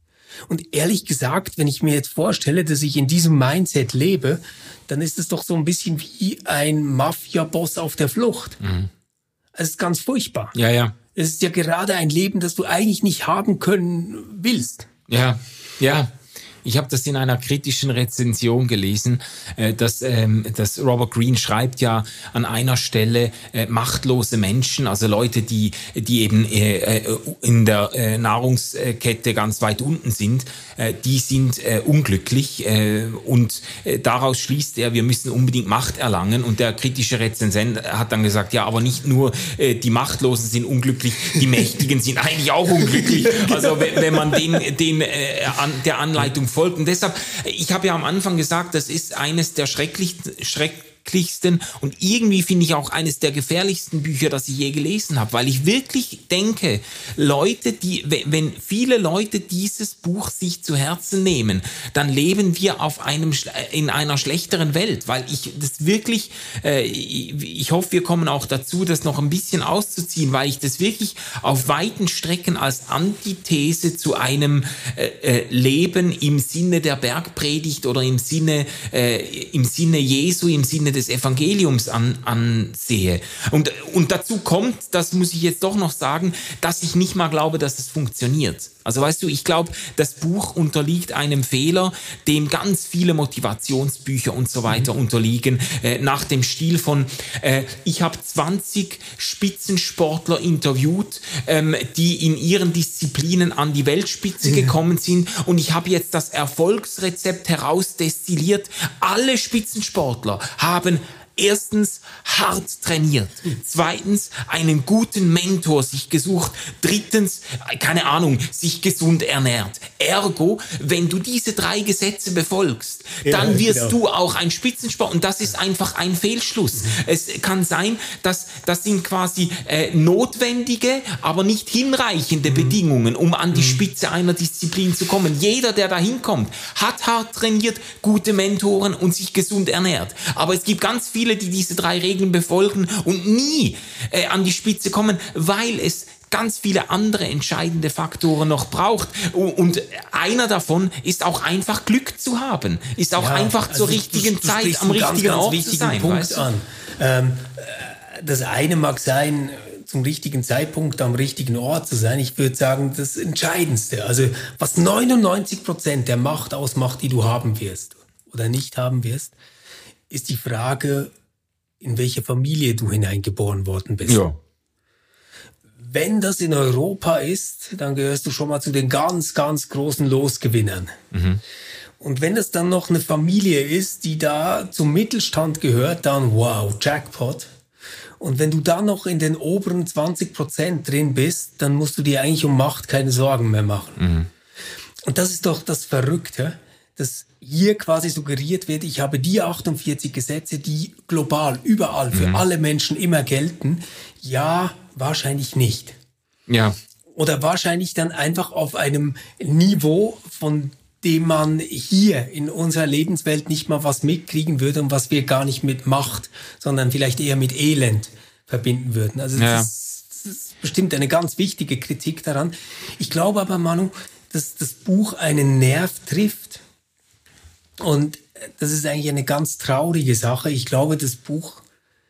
S3: Und ehrlich gesagt, wenn ich mir jetzt vorstelle, dass ich in diesem Mindset lebe, dann ist es doch so ein bisschen wie ein Mafia-Boss auf der Flucht. Mhm. Es ist ganz furchtbar.
S2: Ja, ja.
S3: Es ist ja gerade ein Leben, das du eigentlich nicht haben können willst.
S2: Ja, ja. Ich habe das in einer kritischen Rezension gelesen, äh, dass, ähm, dass Robert Greene schreibt ja an einer Stelle, äh, machtlose Menschen, also Leute, die, die eben äh, in der äh, Nahrungskette ganz weit unten sind, äh, die sind äh, unglücklich äh, und äh, daraus schließt er, wir müssen unbedingt Macht erlangen, und der kritische Rezensent hat dann gesagt, ja, aber nicht nur äh, die Machtlosen sind unglücklich, die Mächtigen sind eigentlich auch unglücklich. Also wenn, wenn man den, den äh, an, der Anleitung folgt. Und deshalb, ich habe ja am Anfang gesagt, das ist eines der schrecklichsten, schrecklichsten und irgendwie finde ich auch eines der gefährlichsten Bücher, das ich je gelesen habe, weil ich wirklich denke, Leute, die, wenn viele Leute dieses Buch sich zu Herzen nehmen, dann leben wir auf einem, in einer schlechteren Welt, weil ich das wirklich, äh, ich hoffe, wir kommen auch dazu, das noch ein bisschen auszuziehen, weil ich das wirklich auf weiten Strecken als Antithese zu einem äh, Leben im Sinne der Bergpredigt oder im Sinne, äh, im Sinne Jesu, im Sinne des Evangeliums an, ansehe. Und, und dazu kommt, das muss ich jetzt doch noch sagen, dass ich nicht mal glaube, dass es funktioniert. Also weißt du, ich glaube, das Buch unterliegt einem Fehler, dem ganz viele Motivationsbücher und so weiter mhm. unterliegen, äh, nach dem Stil von, äh, ich habe zwanzig Spitzensportler interviewt, ähm, die in ihren Disziplinen an die Weltspitze mhm. gekommen sind, und ich habe jetzt das Erfolgsrezept herausdestilliert. Alle Spitzensportler haben erstens hart trainiert, zweitens einen guten Mentor sich gesucht, drittens, keine Ahnung, sich gesund ernährt. Ergo, wenn du diese drei Gesetze befolgst, dann ja, wirst genau. du auch ein Spitzensport. Und das ist einfach ein Fehlschluss. Mhm. Es kann sein, dass das sind quasi äh, notwendige, aber nicht hinreichende mhm. Bedingungen, um an die Spitze einer Disziplin zu kommen. Jeder, der da hinkommt, hat hart trainiert, gute Mentoren und sich gesund ernährt. Aber es gibt ganz viele, die diese drei Regeln befolgen und nie äh, an die Spitze kommen, weil es ganz viele andere entscheidende Faktoren noch braucht. Und einer davon ist auch einfach Glück zu haben. Ist auch ja, einfach zur also richtigen du, du Zeit am richtigen ganz, Ort ganz zu sein.
S3: Punkt weißt du? an. Ähm, das eine mag sein, zum richtigen Zeitpunkt am richtigen Ort zu sein. Ich würde sagen, das Entscheidendste, also was neunundneunzig Prozent der Macht ausmacht, die du haben wirst oder nicht haben wirst, ist die Frage, in welche Familie du hineingeboren worden bist. Ja. Wenn das in Europa ist, dann gehörst du schon mal zu den ganz, ganz großen Losgewinnern. Mhm. Und wenn das dann noch eine Familie ist, die da zum Mittelstand gehört, dann wow, Jackpot. Und wenn du dann noch in den oberen zwanzig Prozent drin bist, dann musst du dir eigentlich um Macht keine Sorgen mehr machen. Mhm. Und das ist doch das Verrückte, dass hier quasi suggeriert wird, ich habe die achtundvierzig Gesetze, die global, überall, für mhm. alle Menschen immer gelten. Ja, wahrscheinlich nicht.
S2: Ja.
S3: Oder wahrscheinlich dann einfach auf einem Niveau, von dem man hier in unserer Lebenswelt nicht mal was mitkriegen würde und was wir gar nicht mit Macht, sondern vielleicht eher mit Elend verbinden würden. Also das, ja. ist, das ist bestimmt eine ganz wichtige Kritik daran. Ich glaube aber, Manu, dass das Buch einen Nerv trifft. Und das ist eigentlich eine ganz traurige Sache. Ich glaube, das Buch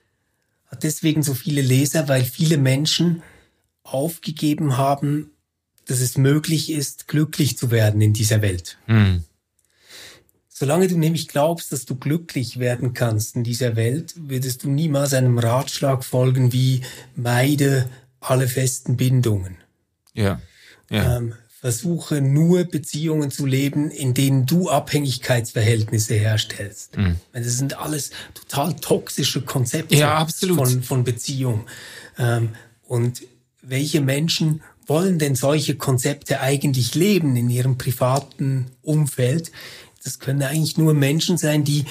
S3: hat deswegen so viele Leser, weil viele Menschen aufgegeben haben, dass es möglich ist, glücklich zu werden in dieser Welt. Mhm. Solange du nämlich glaubst, dass du glücklich werden kannst in dieser Welt, würdest du niemals einem Ratschlag folgen wie meide alle festen Bindungen.
S2: Ja. ja.
S3: Ähm, versuche nur Beziehungen zu leben, in denen du Abhängigkeitsverhältnisse herstellst. Mhm. Das sind alles total toxische Konzepte
S2: ja, absolut.
S3: Von, von Beziehung. Ähm, und welche Menschen wollen denn solche Konzepte eigentlich leben in ihrem privaten Umfeld? Das können eigentlich nur Menschen sein, die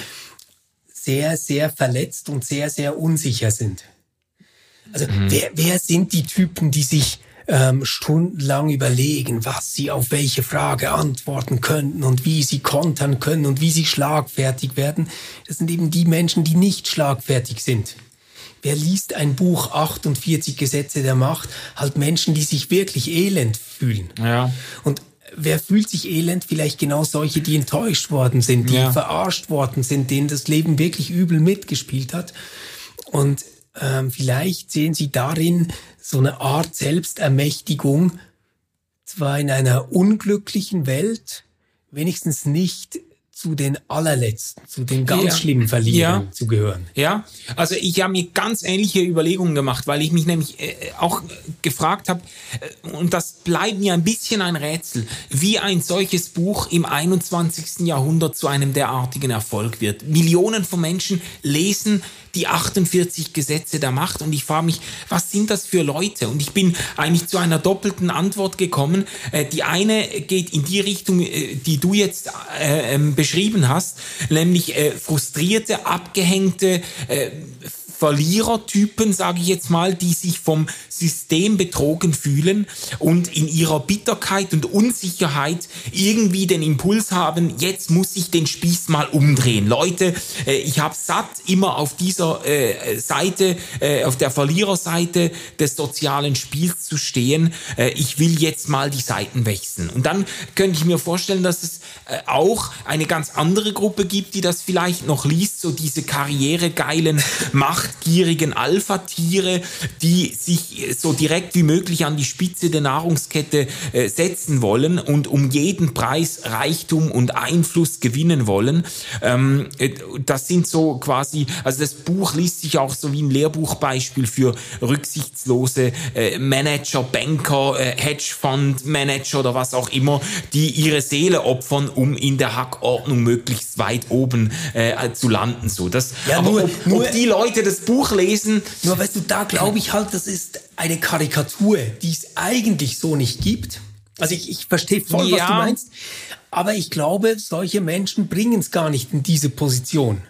S3: sehr, sehr verletzt und sehr, sehr unsicher sind. Also mhm. wer, wer sind die Typen, die sich ähm, stundenlang überlegen, was sie auf welche Frage antworten könnten und wie sie kontern können und wie sie schlagfertig werden? Das sind eben die Menschen, die nicht schlagfertig sind. Wer liest ein Buch achtundvierzig Gesetze der Macht? Halt Menschen, die sich wirklich elend fühlen.
S2: Ja.
S3: Und wer fühlt sich elend? Vielleicht genau solche, die enttäuscht worden sind, die ja. verarscht worden sind, denen das Leben wirklich übel mitgespielt hat. Und ähm, vielleicht sehen sie darin so eine Art Selbstermächtigung, zwar in einer unglücklichen Welt, wenigstens nicht zu den allerletzten, zu den ganz ja. schlimmen Verlierern ja. zu gehören.
S2: Ja, also ich habe mir ganz ähnliche Überlegungen gemacht, weil ich mich nämlich äh, auch gefragt habe, äh, und das bleibt mir ein bisschen ein Rätsel, wie ein solches Buch im einundzwanzigsten Jahrhundert zu einem derartigen Erfolg wird. Millionen von Menschen lesen die achtundvierzig Gesetze der Macht und ich frage mich, was sind das für Leute? Und ich bin eigentlich zu einer doppelten Antwort gekommen. Äh, die eine geht in die Richtung, äh, die du jetzt äh, beschrieben hast, nämlich äh, frustrierte, abgehängte äh, Verlierertypen, sage ich jetzt mal, die sich vom System betrogen fühlen und in ihrer Bitterkeit und Unsicherheit irgendwie den Impuls haben, jetzt muss ich den Spieß mal umdrehen. Leute, äh, ich habe satt, immer auf dieser äh, Seite, äh, auf der Verliererseite des sozialen Spiels zu stehen. Äh, ich will jetzt mal die Seiten wechseln. Und dann könnte ich mir vorstellen, dass es äh, auch eine ganz andere Gruppe gibt, die das vielleicht noch liest, so diese karrieregeilen Macht machtgierigen Alpha-Tiere, die sich so direkt wie möglich an die Spitze der Nahrungskette äh, setzen wollen und um jeden Preis Reichtum und Einfluss gewinnen wollen. Ähm, das sind so quasi, also das Buch liest sich auch so wie ein Lehrbuchbeispiel für rücksichtslose äh, Manager, Banker, äh, Hedgefonds-Manager oder was auch immer, die ihre Seele opfern, um in der Hackordnung möglichst weit oben äh, zu landen. So, das,
S3: ja,
S2: aber
S3: nur,
S2: ob,
S3: nur,
S2: ob die Leute das Buch lesen...
S3: Nur weißt du, da glaube ich halt, das ist eine Karikatur, die es eigentlich so nicht gibt. Also ich, ich verstehe voll, ja. was du meinst, aber ich glaube, solche Menschen bringen es gar nicht in diese Position.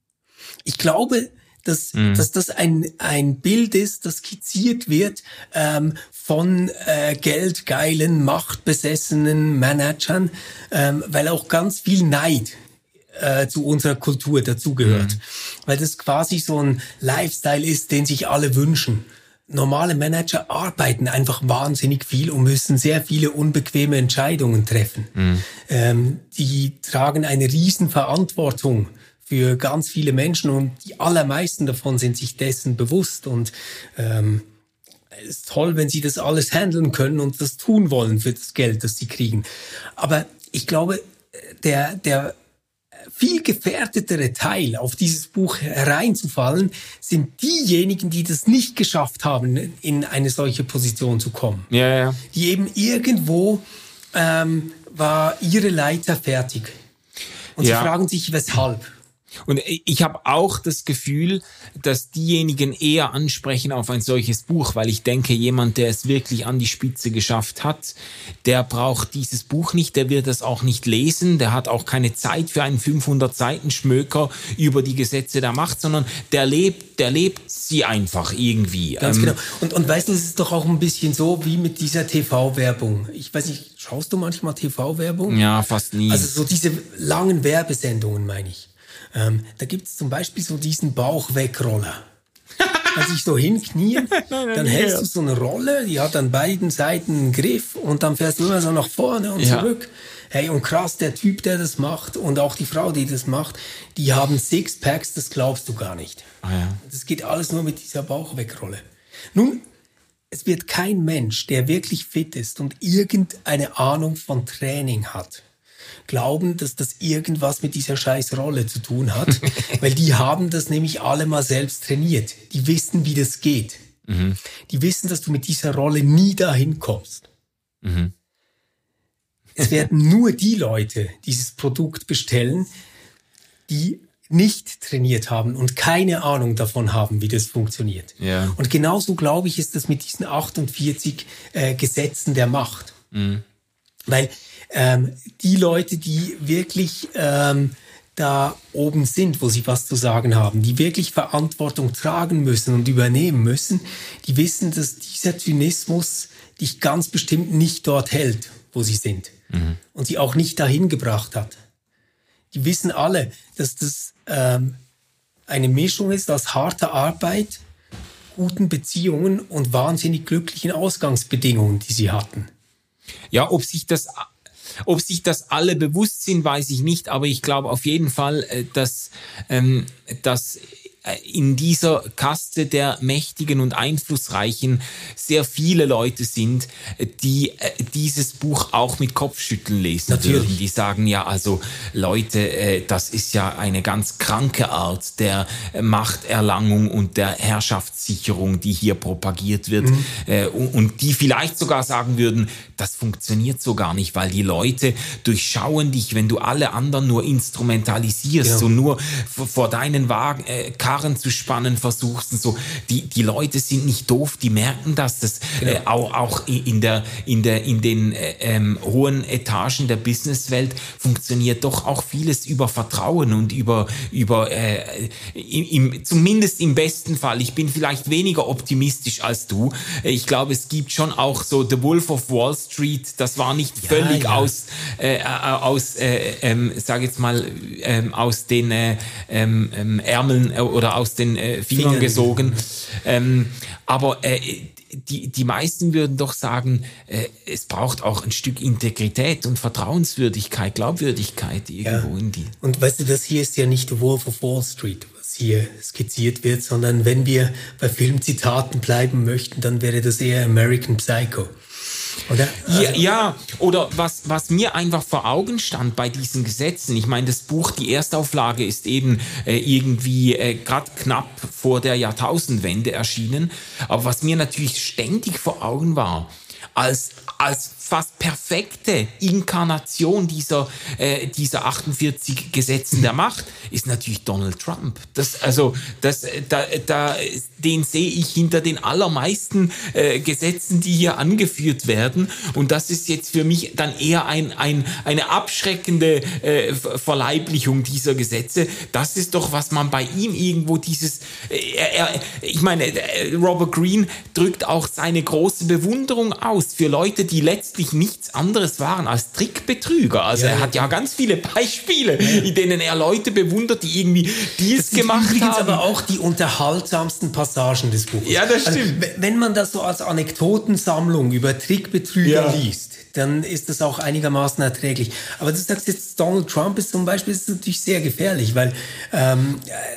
S3: Ich glaube, dass, mhm. dass das ein, ein Bild ist, das skizziert wird ähm, von äh, geldgeilen, machtbesessenen Managern, ähm, weil auch ganz viel Neid äh, zu unserer Kultur dazugehört. Mhm. Weil das quasi so ein Lifestyle ist, den sich alle wünschen. Normale Manager arbeiten einfach wahnsinnig viel und müssen sehr viele unbequeme Entscheidungen treffen. Mhm. Ähm, die tragen eine Riesenverantwortung für ganz viele Menschen und die allermeisten davon sind sich dessen bewusst. Und ähm, es ist toll, wenn sie das alles handeln können und das tun wollen für das Geld, das sie kriegen. Aber ich glaube, der der viel gefährdetere Teil, auf dieses Buch hereinzufallen, sind diejenigen, die das nicht geschafft haben, in eine solche Position zu kommen.
S2: Ja, ja.
S3: Die eben irgendwo ähm, war ihre Leiter fertig. Und ja. sie fragen sich, weshalb.
S2: Und ich habe auch das Gefühl, dass diejenigen eher ansprechen auf ein solches Buch, weil ich denke, jemand, der es wirklich an die Spitze geschafft hat, der braucht dieses Buch nicht, der wird es auch nicht lesen, der hat auch keine Zeit für einen fünfhundert Seiten Schmöker über die Gesetze der Macht, sondern der lebt, der lebt sie einfach irgendwie.
S3: Ganz ähm, genau. Und, und weißt du, es ist doch auch ein bisschen so wie mit dieser T V-Werbung. Ich weiß nicht, schaust du manchmal T V-Werbung?
S2: Ja, fast nie.
S3: Also so diese langen Werbesendungen, meine ich. Ähm, da gibt's zum Beispiel so diesen Bauchwegroller. Also ich so hinknien, dann hältst du so eine Rolle, die hat an beiden Seiten einen Griff und dann fährst du immer so nach vorne und ja. zurück. Hey, und krass, der Typ, der das macht und auch die Frau, die das macht, die haben Sixpacks, das glaubst du gar nicht.
S2: Ah, ja.
S3: Das geht alles nur mit dieser Bauchwegrolle. Nun, es wird kein Mensch, der wirklich fit ist und irgendeine Ahnung von Training hat, glauben, dass das irgendwas mit dieser scheiß Rolle zu tun hat, weil die haben das nämlich alle mal selbst trainiert. Die wissen, wie das geht. Mhm. Die wissen, dass du mit dieser Rolle nie dahin kommst. Mhm. Es werden nur die Leute dieses Produkt bestellen, die nicht trainiert haben und keine Ahnung davon haben, wie das funktioniert.
S2: Ja.
S3: Und genauso, glaube ich, ist das mit diesen achtundvierzig äh, Gesetzen der Macht. Mhm. Weil ähm, die Leute, die wirklich ähm, da oben sind, wo sie was zu sagen haben, die wirklich Verantwortung tragen müssen und übernehmen müssen, die wissen, dass dieser Zynismus dich ganz bestimmt nicht dort hält, wo sie sind. Mhm. Und sie auch nicht dahin gebracht hat. Die wissen alle, dass das ähm, eine Mischung ist aus harter Arbeit, guten Beziehungen und wahnsinnig glücklichen Ausgangsbedingungen, die sie hatten.
S2: Ja, ob sich das, ob sich das alle bewusst sind, weiß ich nicht, aber ich glaube auf jeden Fall, dass, ähm, dass in dieser Kaste der Mächtigen und Einflussreichen sehr viele Leute sind, die dieses Buch auch mit Kopfschütteln lesen
S3: Natürlich.
S2: würden. Die sagen ja, also Leute, das ist ja eine ganz kranke Art der Machterlangung und der Herrschaftssicherung, die hier propagiert wird. Mhm. Und die vielleicht sogar sagen würden, das funktioniert so gar nicht, weil die Leute durchschauen dich, wenn du alle anderen nur instrumentalisierst, ja. so nur vor deinen Wagen äh, Karren zu spannen versuchst und so. Die, die Leute sind nicht doof, die merken das. Das genau. äh, auch, auch in der, in der, in den äh, ähm, hohen Etagen der Businesswelt funktioniert doch auch vieles über Vertrauen und über, über äh, im, im, zumindest im besten Fall. Ich bin vielleicht weniger optimistisch als du. Ich glaube, es gibt schon auch so The Wolf of Wall Street, das war nicht ja, völlig ja. aus, äh, aus äh, ähm, sag jetzt mal, ähm, aus den äh, ähm, Ärmeln oder aus den äh, Fingern Fingern gesogen. Ähm, aber äh, die, die meisten würden doch sagen, äh, es braucht auch ein Stück Integrität und Vertrauenswürdigkeit, Glaubwürdigkeit irgendwo
S3: ja.
S2: in die.
S3: Und weißt du, das hier ist ja nicht The Wolf of Wall Street, was hier skizziert wird, sondern wenn wir bei Filmzitaten bleiben möchten, dann wäre das eher American Psycho. Oder? Also
S2: ja, ja, oder was, was mir einfach vor Augen stand bei diesen Gesetzen, ich meine, das Buch, die Erstauflage ist eben äh, irgendwie äh, gerade knapp vor der Jahrtausendwende erschienen, aber was mir natürlich ständig vor Augen war, als, als fast perfekte Inkarnation dieser, äh, dieser achtundvierzig Gesetzen der Macht, ist natürlich Donald Trump. Das, also, das, da, da, den sehe ich hinter den allermeisten äh, Gesetzen, die hier angeführt werden. Und das ist jetzt für mich dann eher ein, ein, eine abschreckende äh, Verleiblichung dieser Gesetze. Das ist doch, was man bei ihm irgendwo dieses, äh, er, ich meine, Robert Greene drückt auch seine große Bewunderung aus für Leute, die letztlich nichts anderes waren als Trickbetrüger. Also ja, er hat ja ganz viele Beispiele, ja. in denen er Leute bewundert, die irgendwie dies gemacht haben. Das sind
S3: aber auch die unterhaltsamsten Passagen des Buches.
S2: Ja, das stimmt.
S3: Also, wenn man das so als Anekdotensammlung über Trickbetrüger ja. liest, dann ist das auch einigermaßen erträglich. Aber du sagst jetzt, Donald Trump ist zum Beispiel, ist natürlich sehr gefährlich, weil ähm,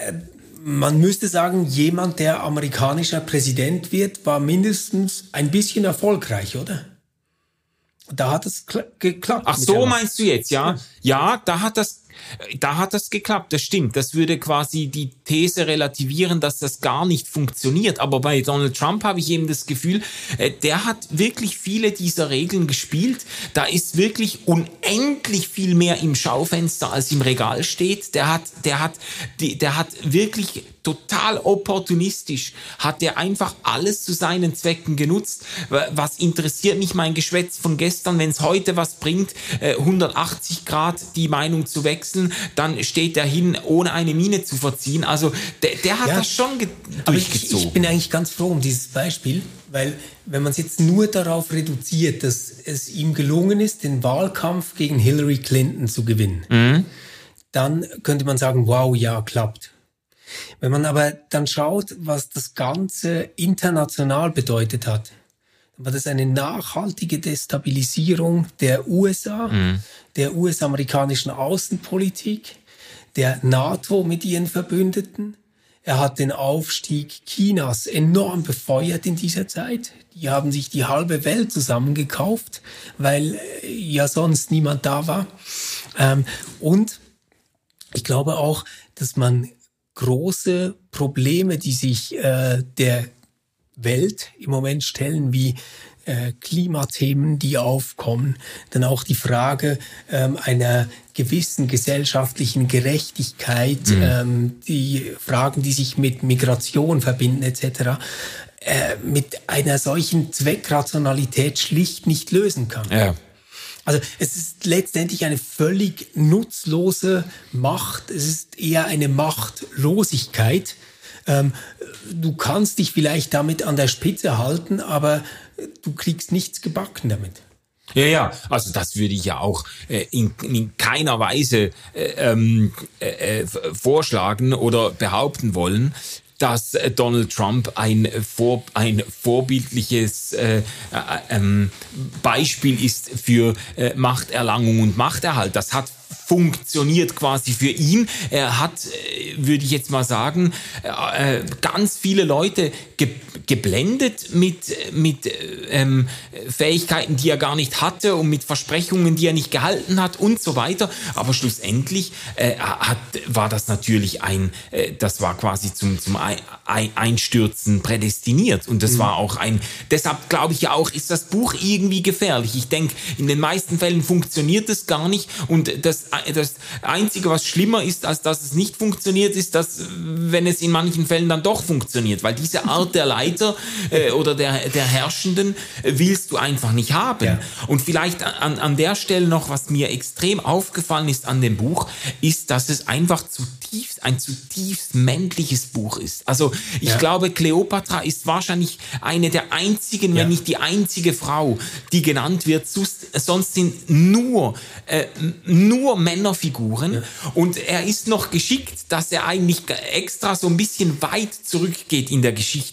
S3: man müsste sagen, jemand, der amerikanischer Präsident wird, war mindestens ein bisschen erfolgreich, oder? Da hat es kla- geklappt.
S2: Ach so, meinst du jetzt, ja? Ja, da hat das, da hat das geklappt, das stimmt. Das würde quasi die These relativieren, dass das gar nicht funktioniert. Aber bei Donald Trump habe ich eben das Gefühl, der hat wirklich viele dieser Regeln gespielt. Da ist wirklich unendlich viel mehr im Schaufenster, als im Regal steht. Der hat, der hat, der hat wirklich total opportunistisch, hat der einfach alles zu seinen Zwecken genutzt. Was interessiert mich mein Geschwätz von gestern, wenn es heute was bringt, hundertachtzig Grad die Meinung zu wechseln, dann steht er hin, ohne eine Miene zu verziehen. Also der, der hat ja, das schon ge- durchgezogen.
S3: Ich, ich bin eigentlich ganz froh um dieses Beispiel, weil wenn man es jetzt nur darauf reduziert, dass es ihm gelungen ist, den Wahlkampf gegen Hillary Clinton zu gewinnen, mhm. dann könnte man sagen, wow, ja, klappt. Wenn man aber dann schaut, was das Ganze international bedeutet hat, dann war das eine nachhaltige Destabilisierung der U S A, mhm. der U S-amerikanischen Außenpolitik, der NATO mit ihren Verbündeten. Er hat den Aufstieg Chinas enorm befeuert in dieser Zeit. Die haben sich die halbe Welt zusammengekauft, weil ja sonst niemand da war. Und ich glaube auch, dass man große Probleme, die sich äh, der Welt im Moment stellen, wie äh, Klimathemen, die aufkommen, dann auch die Frage ähm, einer gewissen gesellschaftlichen Gerechtigkeit, mhm. ähm, die Fragen, die sich mit Migration verbinden et cetera, äh, mit einer solchen Zweckrationalität schlicht nicht lösen kann.
S2: Ja.
S3: Also es ist letztendlich eine völlig nutzlose Macht. Es ist eher eine Machtlosigkeit. Ähm, du kannst dich vielleicht damit an der Spitze halten, aber du kriegst nichts gebacken damit.
S2: Ja, ja, also das würde ich ja auch äh, in, in keiner Weise äh, ähm, äh, vorschlagen oder behaupten wollen, dass Donald Trump ein, vor, ein vorbildliches äh, äh, ähm, Beispiel ist für äh, Machterlangung und Machterhalt. Das hat funktioniert quasi für ihn. Er hat, würde ich jetzt mal sagen, äh, ganz viele Leute ge- geblendet mit, mit ähm, Fähigkeiten, die er gar nicht hatte und mit Versprechungen, die er nicht gehalten hat und so weiter. Aber schlussendlich äh, hat, war das natürlich ein, äh, das war quasi zum, zum Einstürzen prädestiniert. Und das mhm. war auch ein, deshalb glaube ich ja auch, ist das Buch irgendwie gefährlich. Ich denke, in den meisten Fällen funktioniert es gar nicht. Und das, das Einzige, was schlimmer ist, als dass es nicht funktioniert, ist, dass, wenn es in manchen Fällen dann doch funktioniert. Weil diese Art der Leiter äh, oder der, der Herrschenden äh, willst du einfach nicht haben. Ja. Und vielleicht an, an der Stelle noch, was mir extrem aufgefallen ist an dem Buch, ist, dass es einfach zutiefst, ein zutiefst männliches Buch ist. Also ich ja. glaube, Kleopatra ist wahrscheinlich eine der einzigen, ja. wenn nicht die einzige Frau, die genannt wird. Sonst sind nur, äh, nur Männerfiguren. Ja. Und er ist noch geschickt, dass er eigentlich extra so ein bisschen weit zurückgeht in der Geschichte. Es kommt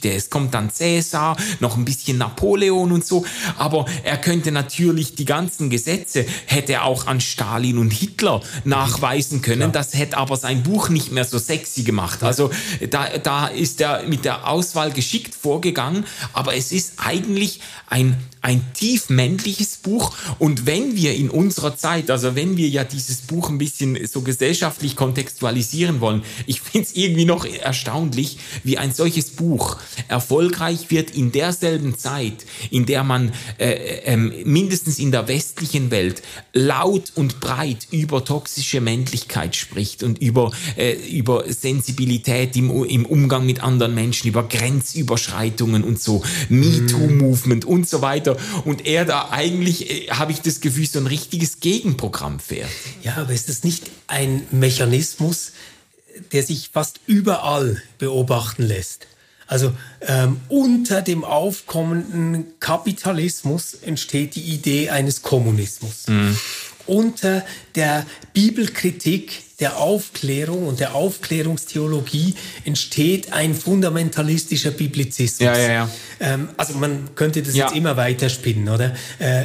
S2: kommt dann Cäsar, noch ein bisschen Napoleon und so. Aber er könnte natürlich die ganzen Gesetze, hätte er auch an Stalin und Hitler nachweisen können. Ja. Das hätte aber sein Buch nicht mehr so sexy gemacht. Also da, da ist er mit der Auswahl geschickt vorgegangen. Aber es ist eigentlich ein, ein tief männliches Buch. Und wenn wir in unserer Zeit, also wenn wir ja dieses Buch ein bisschen so gesellschaftlich kontextualisieren wollen, ich finde es irgendwie noch erstaunlich, wie ein solches Buch erfolgreich wird in derselben Zeit, in der man äh, äh, mindestens in der westlichen Welt laut und breit über toxische Männlichkeit spricht und über, äh, über Sensibilität im, im Umgang mit anderen Menschen, über Grenzüberschreitungen und so, MeToo-Movement und so weiter. Und er da eigentlich, äh, habe ich das Gefühl, so ein richtiges Gegenprogramm fährt.
S3: Ja, aber ist das nicht ein Mechanismus, der sich fast überall beobachten lässt? Also ähm, unter dem aufkommenden Kapitalismus entsteht die Idee eines Kommunismus. Mhm. Unter der Bibelkritik, der Aufklärung und der Aufklärungstheologie entsteht ein fundamentalistischer Biblizismus.
S2: Ja, ja, ja.
S3: Ähm, also man könnte das ja. jetzt immer weiterspinnen, oder? Äh,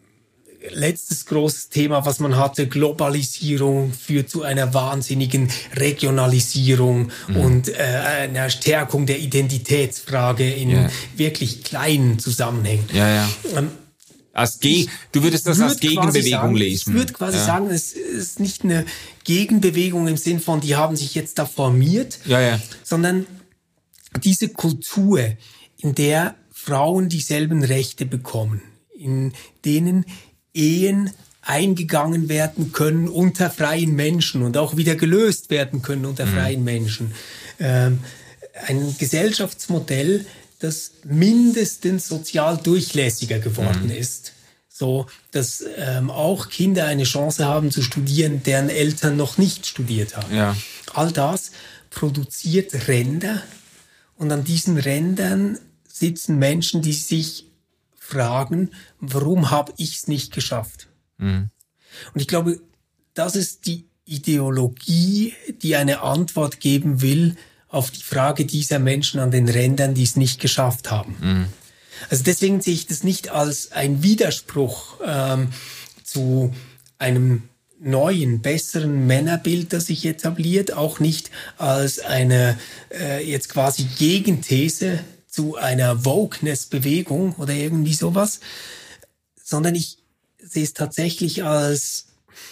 S3: Letztes großes Thema, was man hatte, Globalisierung führt zu einer wahnsinnigen Regionalisierung mhm. und äh, einer Stärkung der Identitätsfrage in yeah. wirklich kleinen Zusammenhängen.
S2: Ja, ja. Ähm, als Ge- du würdest das würd als Gegenbewegung
S3: sagen,
S2: lesen.
S3: Ich würde quasi
S2: ja.
S3: sagen, es ist nicht eine Gegenbewegung im Sinn von, die haben sich jetzt da formiert,
S2: ja, ja.
S3: sondern diese Kultur, in der Frauen dieselben Rechte bekommen, in denen Ehen eingegangen werden können unter freien Menschen und auch wieder gelöst werden können unter mhm. freien Menschen. Ähm, ein Gesellschaftsmodell, das mindestens sozial durchlässiger geworden mhm. ist, so dass ähm, auch Kinder eine Chance haben zu studieren, deren Eltern noch nicht studiert haben.
S2: Ja.
S3: All das produziert Ränder und an diesen Rändern sitzen Menschen, die sich fragen, warum habe ich es nicht geschafft? Mhm. Und ich glaube, das ist die Ideologie, die eine Antwort geben will auf die Frage dieser Menschen an den Rändern, die es nicht geschafft haben. Mhm. Also deswegen sehe ich das nicht als ein Widerspruch ähm, zu einem neuen, besseren Männerbild, das sich etabliert, auch nicht als eine äh, jetzt quasi Gegenthese zu einer Wokeness-Bewegung oder irgendwie sowas, sondern ich sehe es tatsächlich als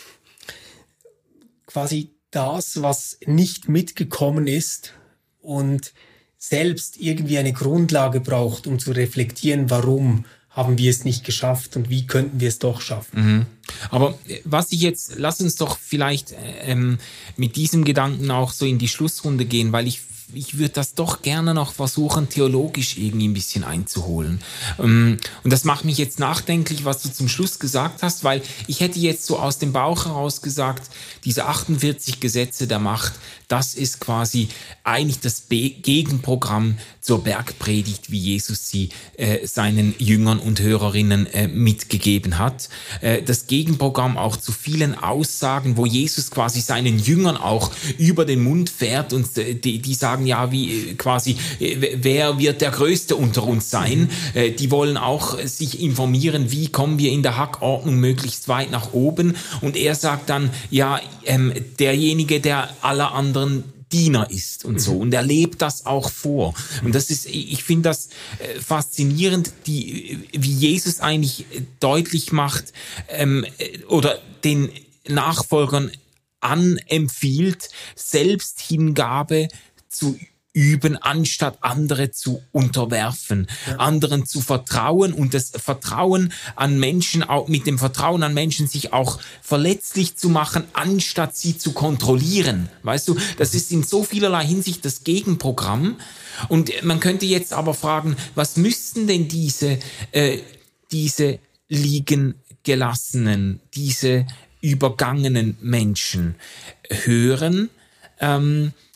S3: quasi das, was nicht mitgekommen ist und selbst irgendwie eine Grundlage braucht, um zu reflektieren, warum haben wir es nicht geschafft und wie könnten wir es doch schaffen.
S2: Mhm. Aber was ich jetzt, lass uns doch vielleicht ähm, mit diesem Gedanken auch so in die Schlussrunde gehen, weil ich ich würde das doch gerne noch versuchen, theologisch irgendwie ein bisschen einzuholen. Und das macht mich jetzt nachdenklich, was du zum Schluss gesagt hast, weil ich hätte jetzt so aus dem Bauch heraus gesagt, diese achtundvierzig Gesetze der Macht, das ist quasi eigentlich das Be- Gegenprogramm zur Bergpredigt, wie Jesus sie äh, seinen Jüngern und Hörerinnen äh, mitgegeben hat. Äh, das Gegenprogramm auch zu vielen Aussagen, wo Jesus quasi seinen Jüngern auch über den Mund fährt und äh, die, die sagen, ja, wie quasi, wer wird der Größte unter uns sein? Mhm. Die wollen auch sich informieren, wie kommen wir in der Hackordnung möglichst weit nach oben. Und er sagt dann, ja, ähm, derjenige, der aller anderen Diener ist und so. Und er lebt das auch vor. Und das ist, ich finde das faszinierend, die, wie Jesus eigentlich deutlich macht, ähm, oder den Nachfolgern anempfiehlt, Selbsthingabe zu üben, anstatt andere zu unterwerfen, ja. anderen zu vertrauen und das Vertrauen an Menschen, auch mit dem Vertrauen an Menschen sich auch verletzlich zu machen, anstatt sie zu kontrollieren. Weißt du, das ist in so vielerlei Hinsicht das Gegenprogramm. Und man könnte jetzt aber fragen, was müssten denn diese, äh, diese liegen gelassenen, diese übergangenen Menschen hören, ähm,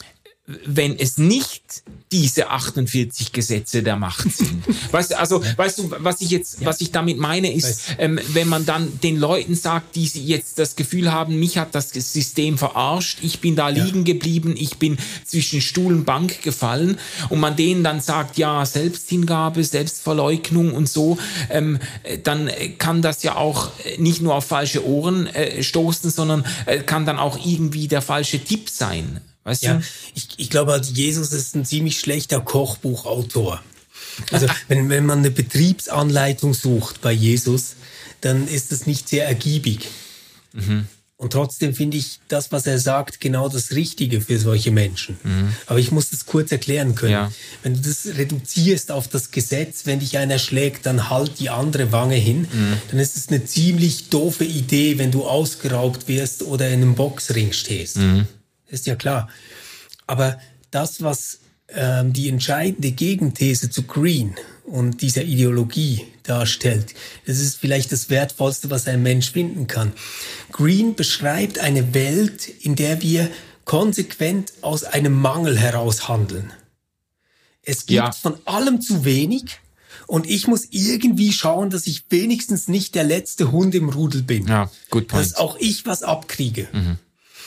S2: wenn es nicht diese achtundvierzig Gesetze der Macht sind. Weißt du, also, weißt du, was ich jetzt, ja. was ich damit meine, ist, ähm, wenn man dann den Leuten sagt, die jetzt das Gefühl haben, mich hat das System verarscht, ich bin da ja. liegen geblieben, ich bin zwischen Stuhl und Bank gefallen, und man denen dann sagt, ja, Selbsthingabe, Selbstverleugnung und so, ähm, dann kann das ja auch nicht nur auf falsche Ohren äh, stoßen, sondern äh, kann dann auch irgendwie der falsche Tipp sein. Weißt
S3: ja,
S2: du?
S3: ich, ich glaube, also Jesus ist ein ziemlich schlechter Kochbuchautor. Also wenn, wenn man eine Betriebsanleitung sucht bei Jesus, dann ist das nicht sehr ergiebig. Mhm. Und trotzdem finde ich das, was er sagt, genau das Richtige für solche Menschen. Mhm. Aber ich muss das kurz erklären können. Ja. Wenn du das reduzierst auf das Gesetz, wenn dich einer schlägt, dann halt die andere Wange hin, mhm. dann ist es eine ziemlich doofe Idee, wenn du ausgeraubt wirst oder in einem Boxring stehst. Mhm. Ist ja klar. Aber das, was ähm, die entscheidende Gegenthese zu Green und dieser Ideologie darstellt, das ist vielleicht das Wertvollste, was ein Mensch finden kann. Green beschreibt eine Welt, in der wir konsequent aus einem Mangel heraus handeln. Es gibt ja. von allem zu wenig, und ich muss irgendwie schauen, dass ich wenigstens nicht der letzte Hund im Rudel bin.
S2: Ja, good point.
S3: Dass auch ich was abkriege. Mhm.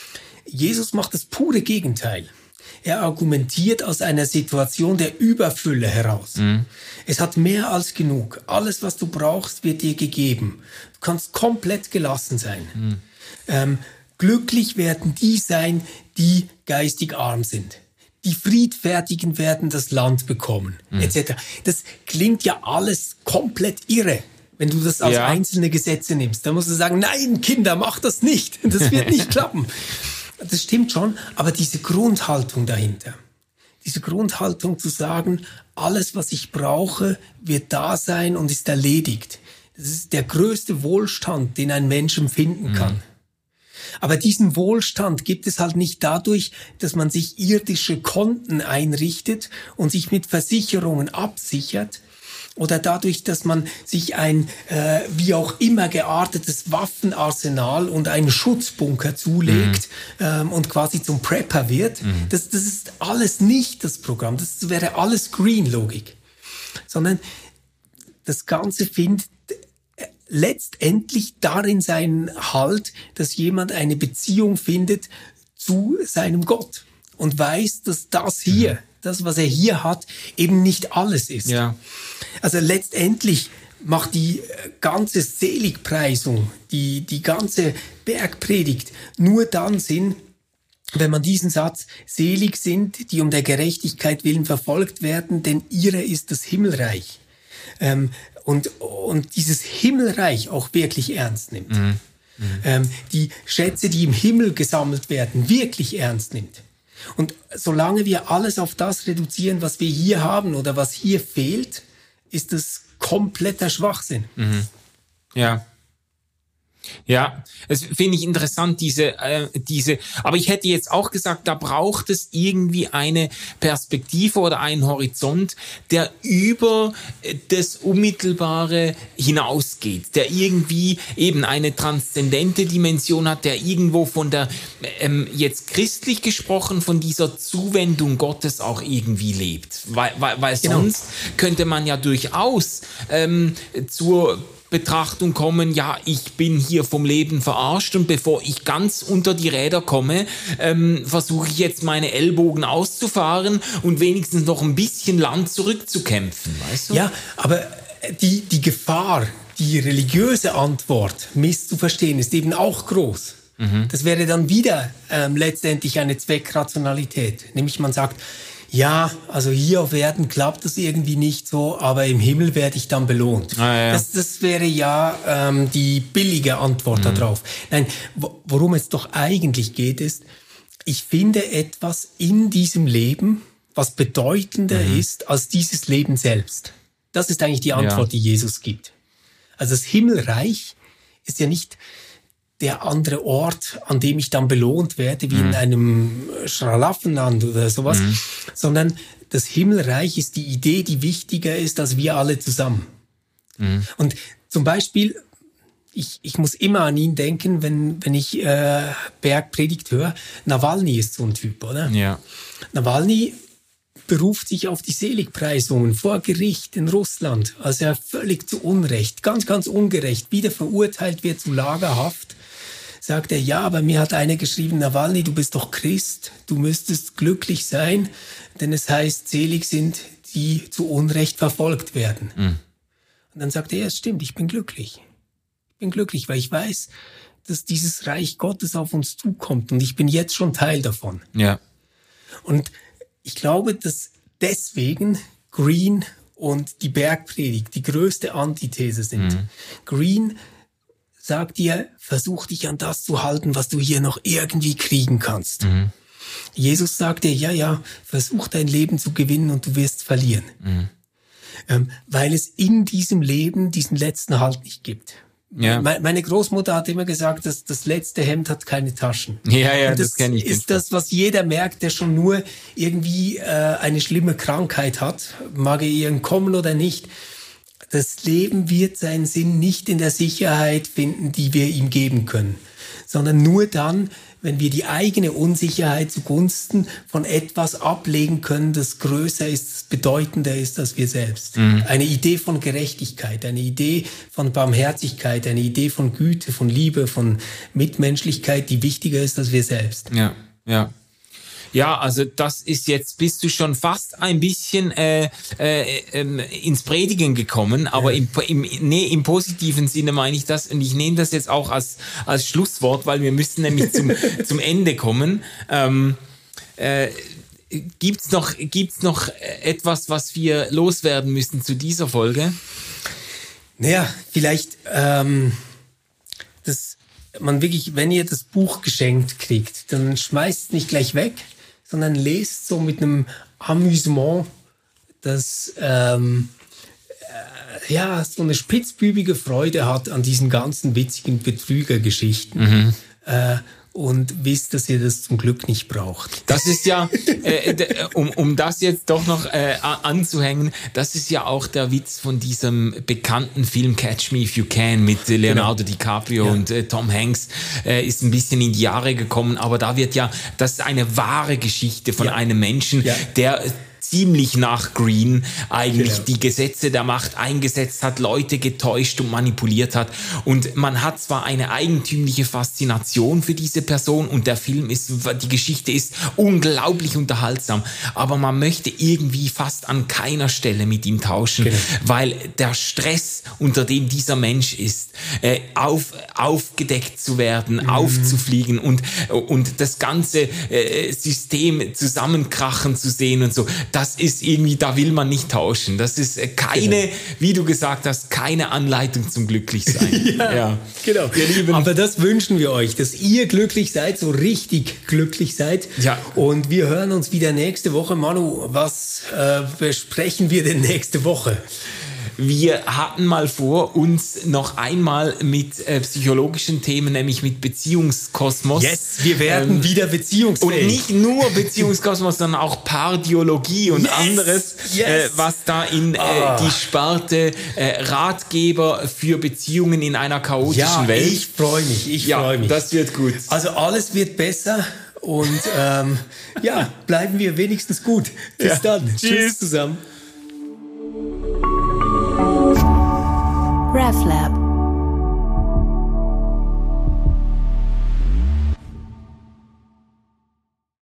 S3: Jesus macht das pure Gegenteil. Er argumentiert aus einer Situation der Überfülle heraus. Mhm. Es hat mehr als genug. Alles, was du brauchst, wird dir gegeben. Du kannst komplett gelassen sein. Mhm. Ähm, glücklich werden die sein, die geistig arm sind. Die Friedfertigen werden das Land bekommen, mhm. et cetera. Das klingt ja alles komplett irre. Wenn du das als ja. einzelne Gesetze nimmst, dann musst du sagen, nein, Kinder, mach das nicht. Das wird nicht klappen. Das stimmt schon, aber diese Grundhaltung dahinter, diese Grundhaltung zu sagen, alles, was ich brauche, wird da sein und ist erledigt. Das ist der größte Wohlstand, den ein Mensch empfinden kann. Mhm. Aber diesen Wohlstand gibt es halt nicht dadurch, dass man sich irdische Konten einrichtet und sich mit Versicherungen absichert, oder dadurch, dass man sich ein äh, wie auch immer geartetes Waffenarsenal und einen Schutzbunker zulegt mhm. ähm, und quasi zum Prepper wird. Mhm. Das, das ist alles nicht das Programm. Das wäre alles Green-Logik. Sondern das Ganze findet letztendlich darin seinen Halt, dass jemand eine Beziehung findet zu seinem Gott und weiß, dass das hier, mhm. das, was er hier hat, eben nicht alles ist. Ja. Also letztendlich macht die ganze Seligpreisung, die, die ganze Bergpredigt nur dann Sinn, wenn man diesen Satz, selig sind, die um der Gerechtigkeit willen verfolgt werden, denn ihre ist das Himmelreich. Ähm, und, und dieses Himmelreich auch wirklich ernst nimmt. Mhm. Mhm. Ähm, die Schätze, die im Himmel gesammelt werden, wirklich ernst nimmt. Und solange wir alles auf das reduzieren, was wir hier haben oder was hier fehlt, ist das kompletter Schwachsinn.
S2: Mhm. Ja. Ja, es finde ich interessant, diese, äh, diese, aber ich hätte jetzt auch gesagt, da braucht es irgendwie eine Perspektive oder einen Horizont, der über das Unmittelbare hinausgeht, der irgendwie eben eine transzendente Dimension hat, der irgendwo von der, ähm, jetzt christlich gesprochen, von dieser Zuwendung Gottes auch irgendwie lebt, weil, weil, weil
S3: genau.
S2: sonst könnte man ja durchaus ähm, zur Betrachtung kommen, ja, ich bin hier vom Leben verarscht und bevor ich ganz unter die Räder komme, ähm, versuche ich jetzt meine Ellbogen auszufahren und wenigstens noch ein bisschen Land zurückzukämpfen, weißt du?
S3: Ja, aber die, die Gefahr, die religiöse Antwort misszuverstehen, ist eben auch groß. Mhm. Das wäre dann wieder ähm, letztendlich eine Zweckrationalität. Nämlich man sagt, ja, also hier auf Erden klappt das irgendwie nicht so, aber im Himmel werde ich dann belohnt. Ah, ja. das, das wäre ja ähm, die billige Antwort mhm. darauf. Nein, worum es doch eigentlich geht, ist, ich finde etwas in diesem Leben, was bedeutender mhm. ist als dieses Leben selbst. Das ist eigentlich die Antwort, ja. die Jesus gibt. Also das Himmelreich ist ja nicht der andere Ort, an dem ich dann belohnt werde, wie mhm. in einem Schlaraffenland oder sowas, mhm. sondern das Himmelreich ist die Idee, die wichtiger ist als wir alle zusammen. Mhm. Und zum Beispiel, ich, ich muss immer an ihn denken, wenn, wenn ich äh, Bergpredigt höre. Nawalny ist so ein Typ, oder?
S2: Ja.
S3: Nawalny beruft sich auf die Seligpreisungen vor Gericht in Russland, als er völlig zu Unrecht, ganz, ganz ungerecht, wieder verurteilt wird zu Lagerhaft, sagt er, ja, aber mir hat einer geschrieben, Nawalny, du bist doch Christ, du müsstest glücklich sein, denn es heißt, selig sind, die zu Unrecht verfolgt werden. Mhm. Und dann sagt er, ja, es stimmt, ich bin glücklich. Ich bin glücklich, weil ich weiß, dass dieses Reich Gottes auf uns zukommt und ich bin jetzt schon Teil davon.
S2: Ja.
S3: Und ich glaube, dass deswegen Green und die Bergpredigt die größte Antithese sind. Mhm. Green sagt dir, versuch dich an das zu halten, was du hier noch irgendwie kriegen kannst. Mhm. Jesus sagt dir, ja, ja, versuch dein Leben zu gewinnen und du wirst verlieren. Mhm. Ähm, weil es in diesem Leben diesen letzten Halt nicht gibt. Ja. Meine Großmutter hat immer gesagt, dass das letzte Hemd hat keine Taschen.
S2: Ja, ja,
S3: und das,
S2: das kenne ich.
S3: Ist das, was jeder merkt, der schon nur irgendwie äh, eine schlimme Krankheit hat, mag er ihren kommen oder nicht. Das Leben wird seinen Sinn nicht in der Sicherheit finden, die wir ihm geben können, sondern nur dann, wenn wir die eigene Unsicherheit zugunsten von etwas ablegen können, das größer ist, das bedeutender ist als wir selbst. Mhm. Eine Idee von Gerechtigkeit, eine Idee von Barmherzigkeit, eine Idee von Güte, von Liebe, von Mitmenschlichkeit, die wichtiger ist als wir selbst.
S2: Ja, ja. Ja, also das ist jetzt, bist du schon fast ein bisschen äh, äh, äh, ins Predigen gekommen, aber ja. im, im, nee, im positiven Sinne meine ich das und ich nehme das jetzt auch als, als Schlusswort, weil wir müssen nämlich zum, zum Ende kommen. Ähm, äh, gibt's noch, gibt's noch etwas, was wir loswerden müssen zu dieser Folge?
S3: Naja, vielleicht, ähm, das, man wirklich, wenn ihr das Buch geschenkt kriegt, dann schmeißt es nicht gleich weg, sondern lest so mit einem Amüsement, das ähm, äh, ja so eine spitzbübige Freude hat an diesen ganzen witzigen Betrügergeschichten. Mhm. Äh, und wisst, dass ihr das zum Glück nicht braucht.
S2: Das ist ja, äh, d- um, um das jetzt doch noch äh, anzuhängen, das ist ja auch der Witz von diesem bekannten Film Catch Me If You Can mit Leonardo genau. DiCaprio ja. und äh, Tom Hanks, äh, ist ein bisschen in die Jahre gekommen, aber da wird ja, das ist eine wahre Geschichte von ja. einem Menschen, ja. der ziemlich nach Green eigentlich genau. die Gesetze der Macht eingesetzt hat, Leute getäuscht und manipuliert hat. Und man hat zwar eine eigentümliche Faszination für diese Person und der Film ist, die Geschichte ist unglaublich unterhaltsam, aber man möchte irgendwie fast an keiner Stelle mit ihm tauschen, genau. weil der Stress, unter dem dieser Mensch ist, äh, auf, aufgedeckt zu werden, mhm. aufzufliegen und, und das ganze äh, System zusammenkrachen zu sehen und so, das ist irgendwie, da will man nicht tauschen. Das ist keine, genau. wie du gesagt hast, keine Anleitung zum Glücklichsein.
S3: ja, ja, genau. Aber das wünschen wir euch, dass ihr glücklich seid, so richtig glücklich seid.
S2: Ja.
S3: Und wir hören uns wieder nächste Woche. Manu, was äh, besprechen wir denn nächste Woche?
S2: Wir hatten mal vor, uns noch einmal mit äh, psychologischen Themen, nämlich mit Beziehungskosmos.
S3: Yes, wir werden ähm, wieder beziehungsfähig.
S2: Und nicht nur Beziehungskosmos, sondern auch Paardiologie und yes, anderes, yes. Äh, was da in äh, oh. die Sparte äh, Ratgeber für Beziehungen in einer chaotischen
S3: ja,
S2: Welt.
S3: Ich freue mich, ich
S2: ja,
S3: freue mich.
S2: Das wird gut.
S3: Also alles wird besser und ähm, ja, bleiben wir wenigstens gut. Bis ja. dann.
S2: Tschüss.
S3: Tschüss zusammen.
S1: RefLab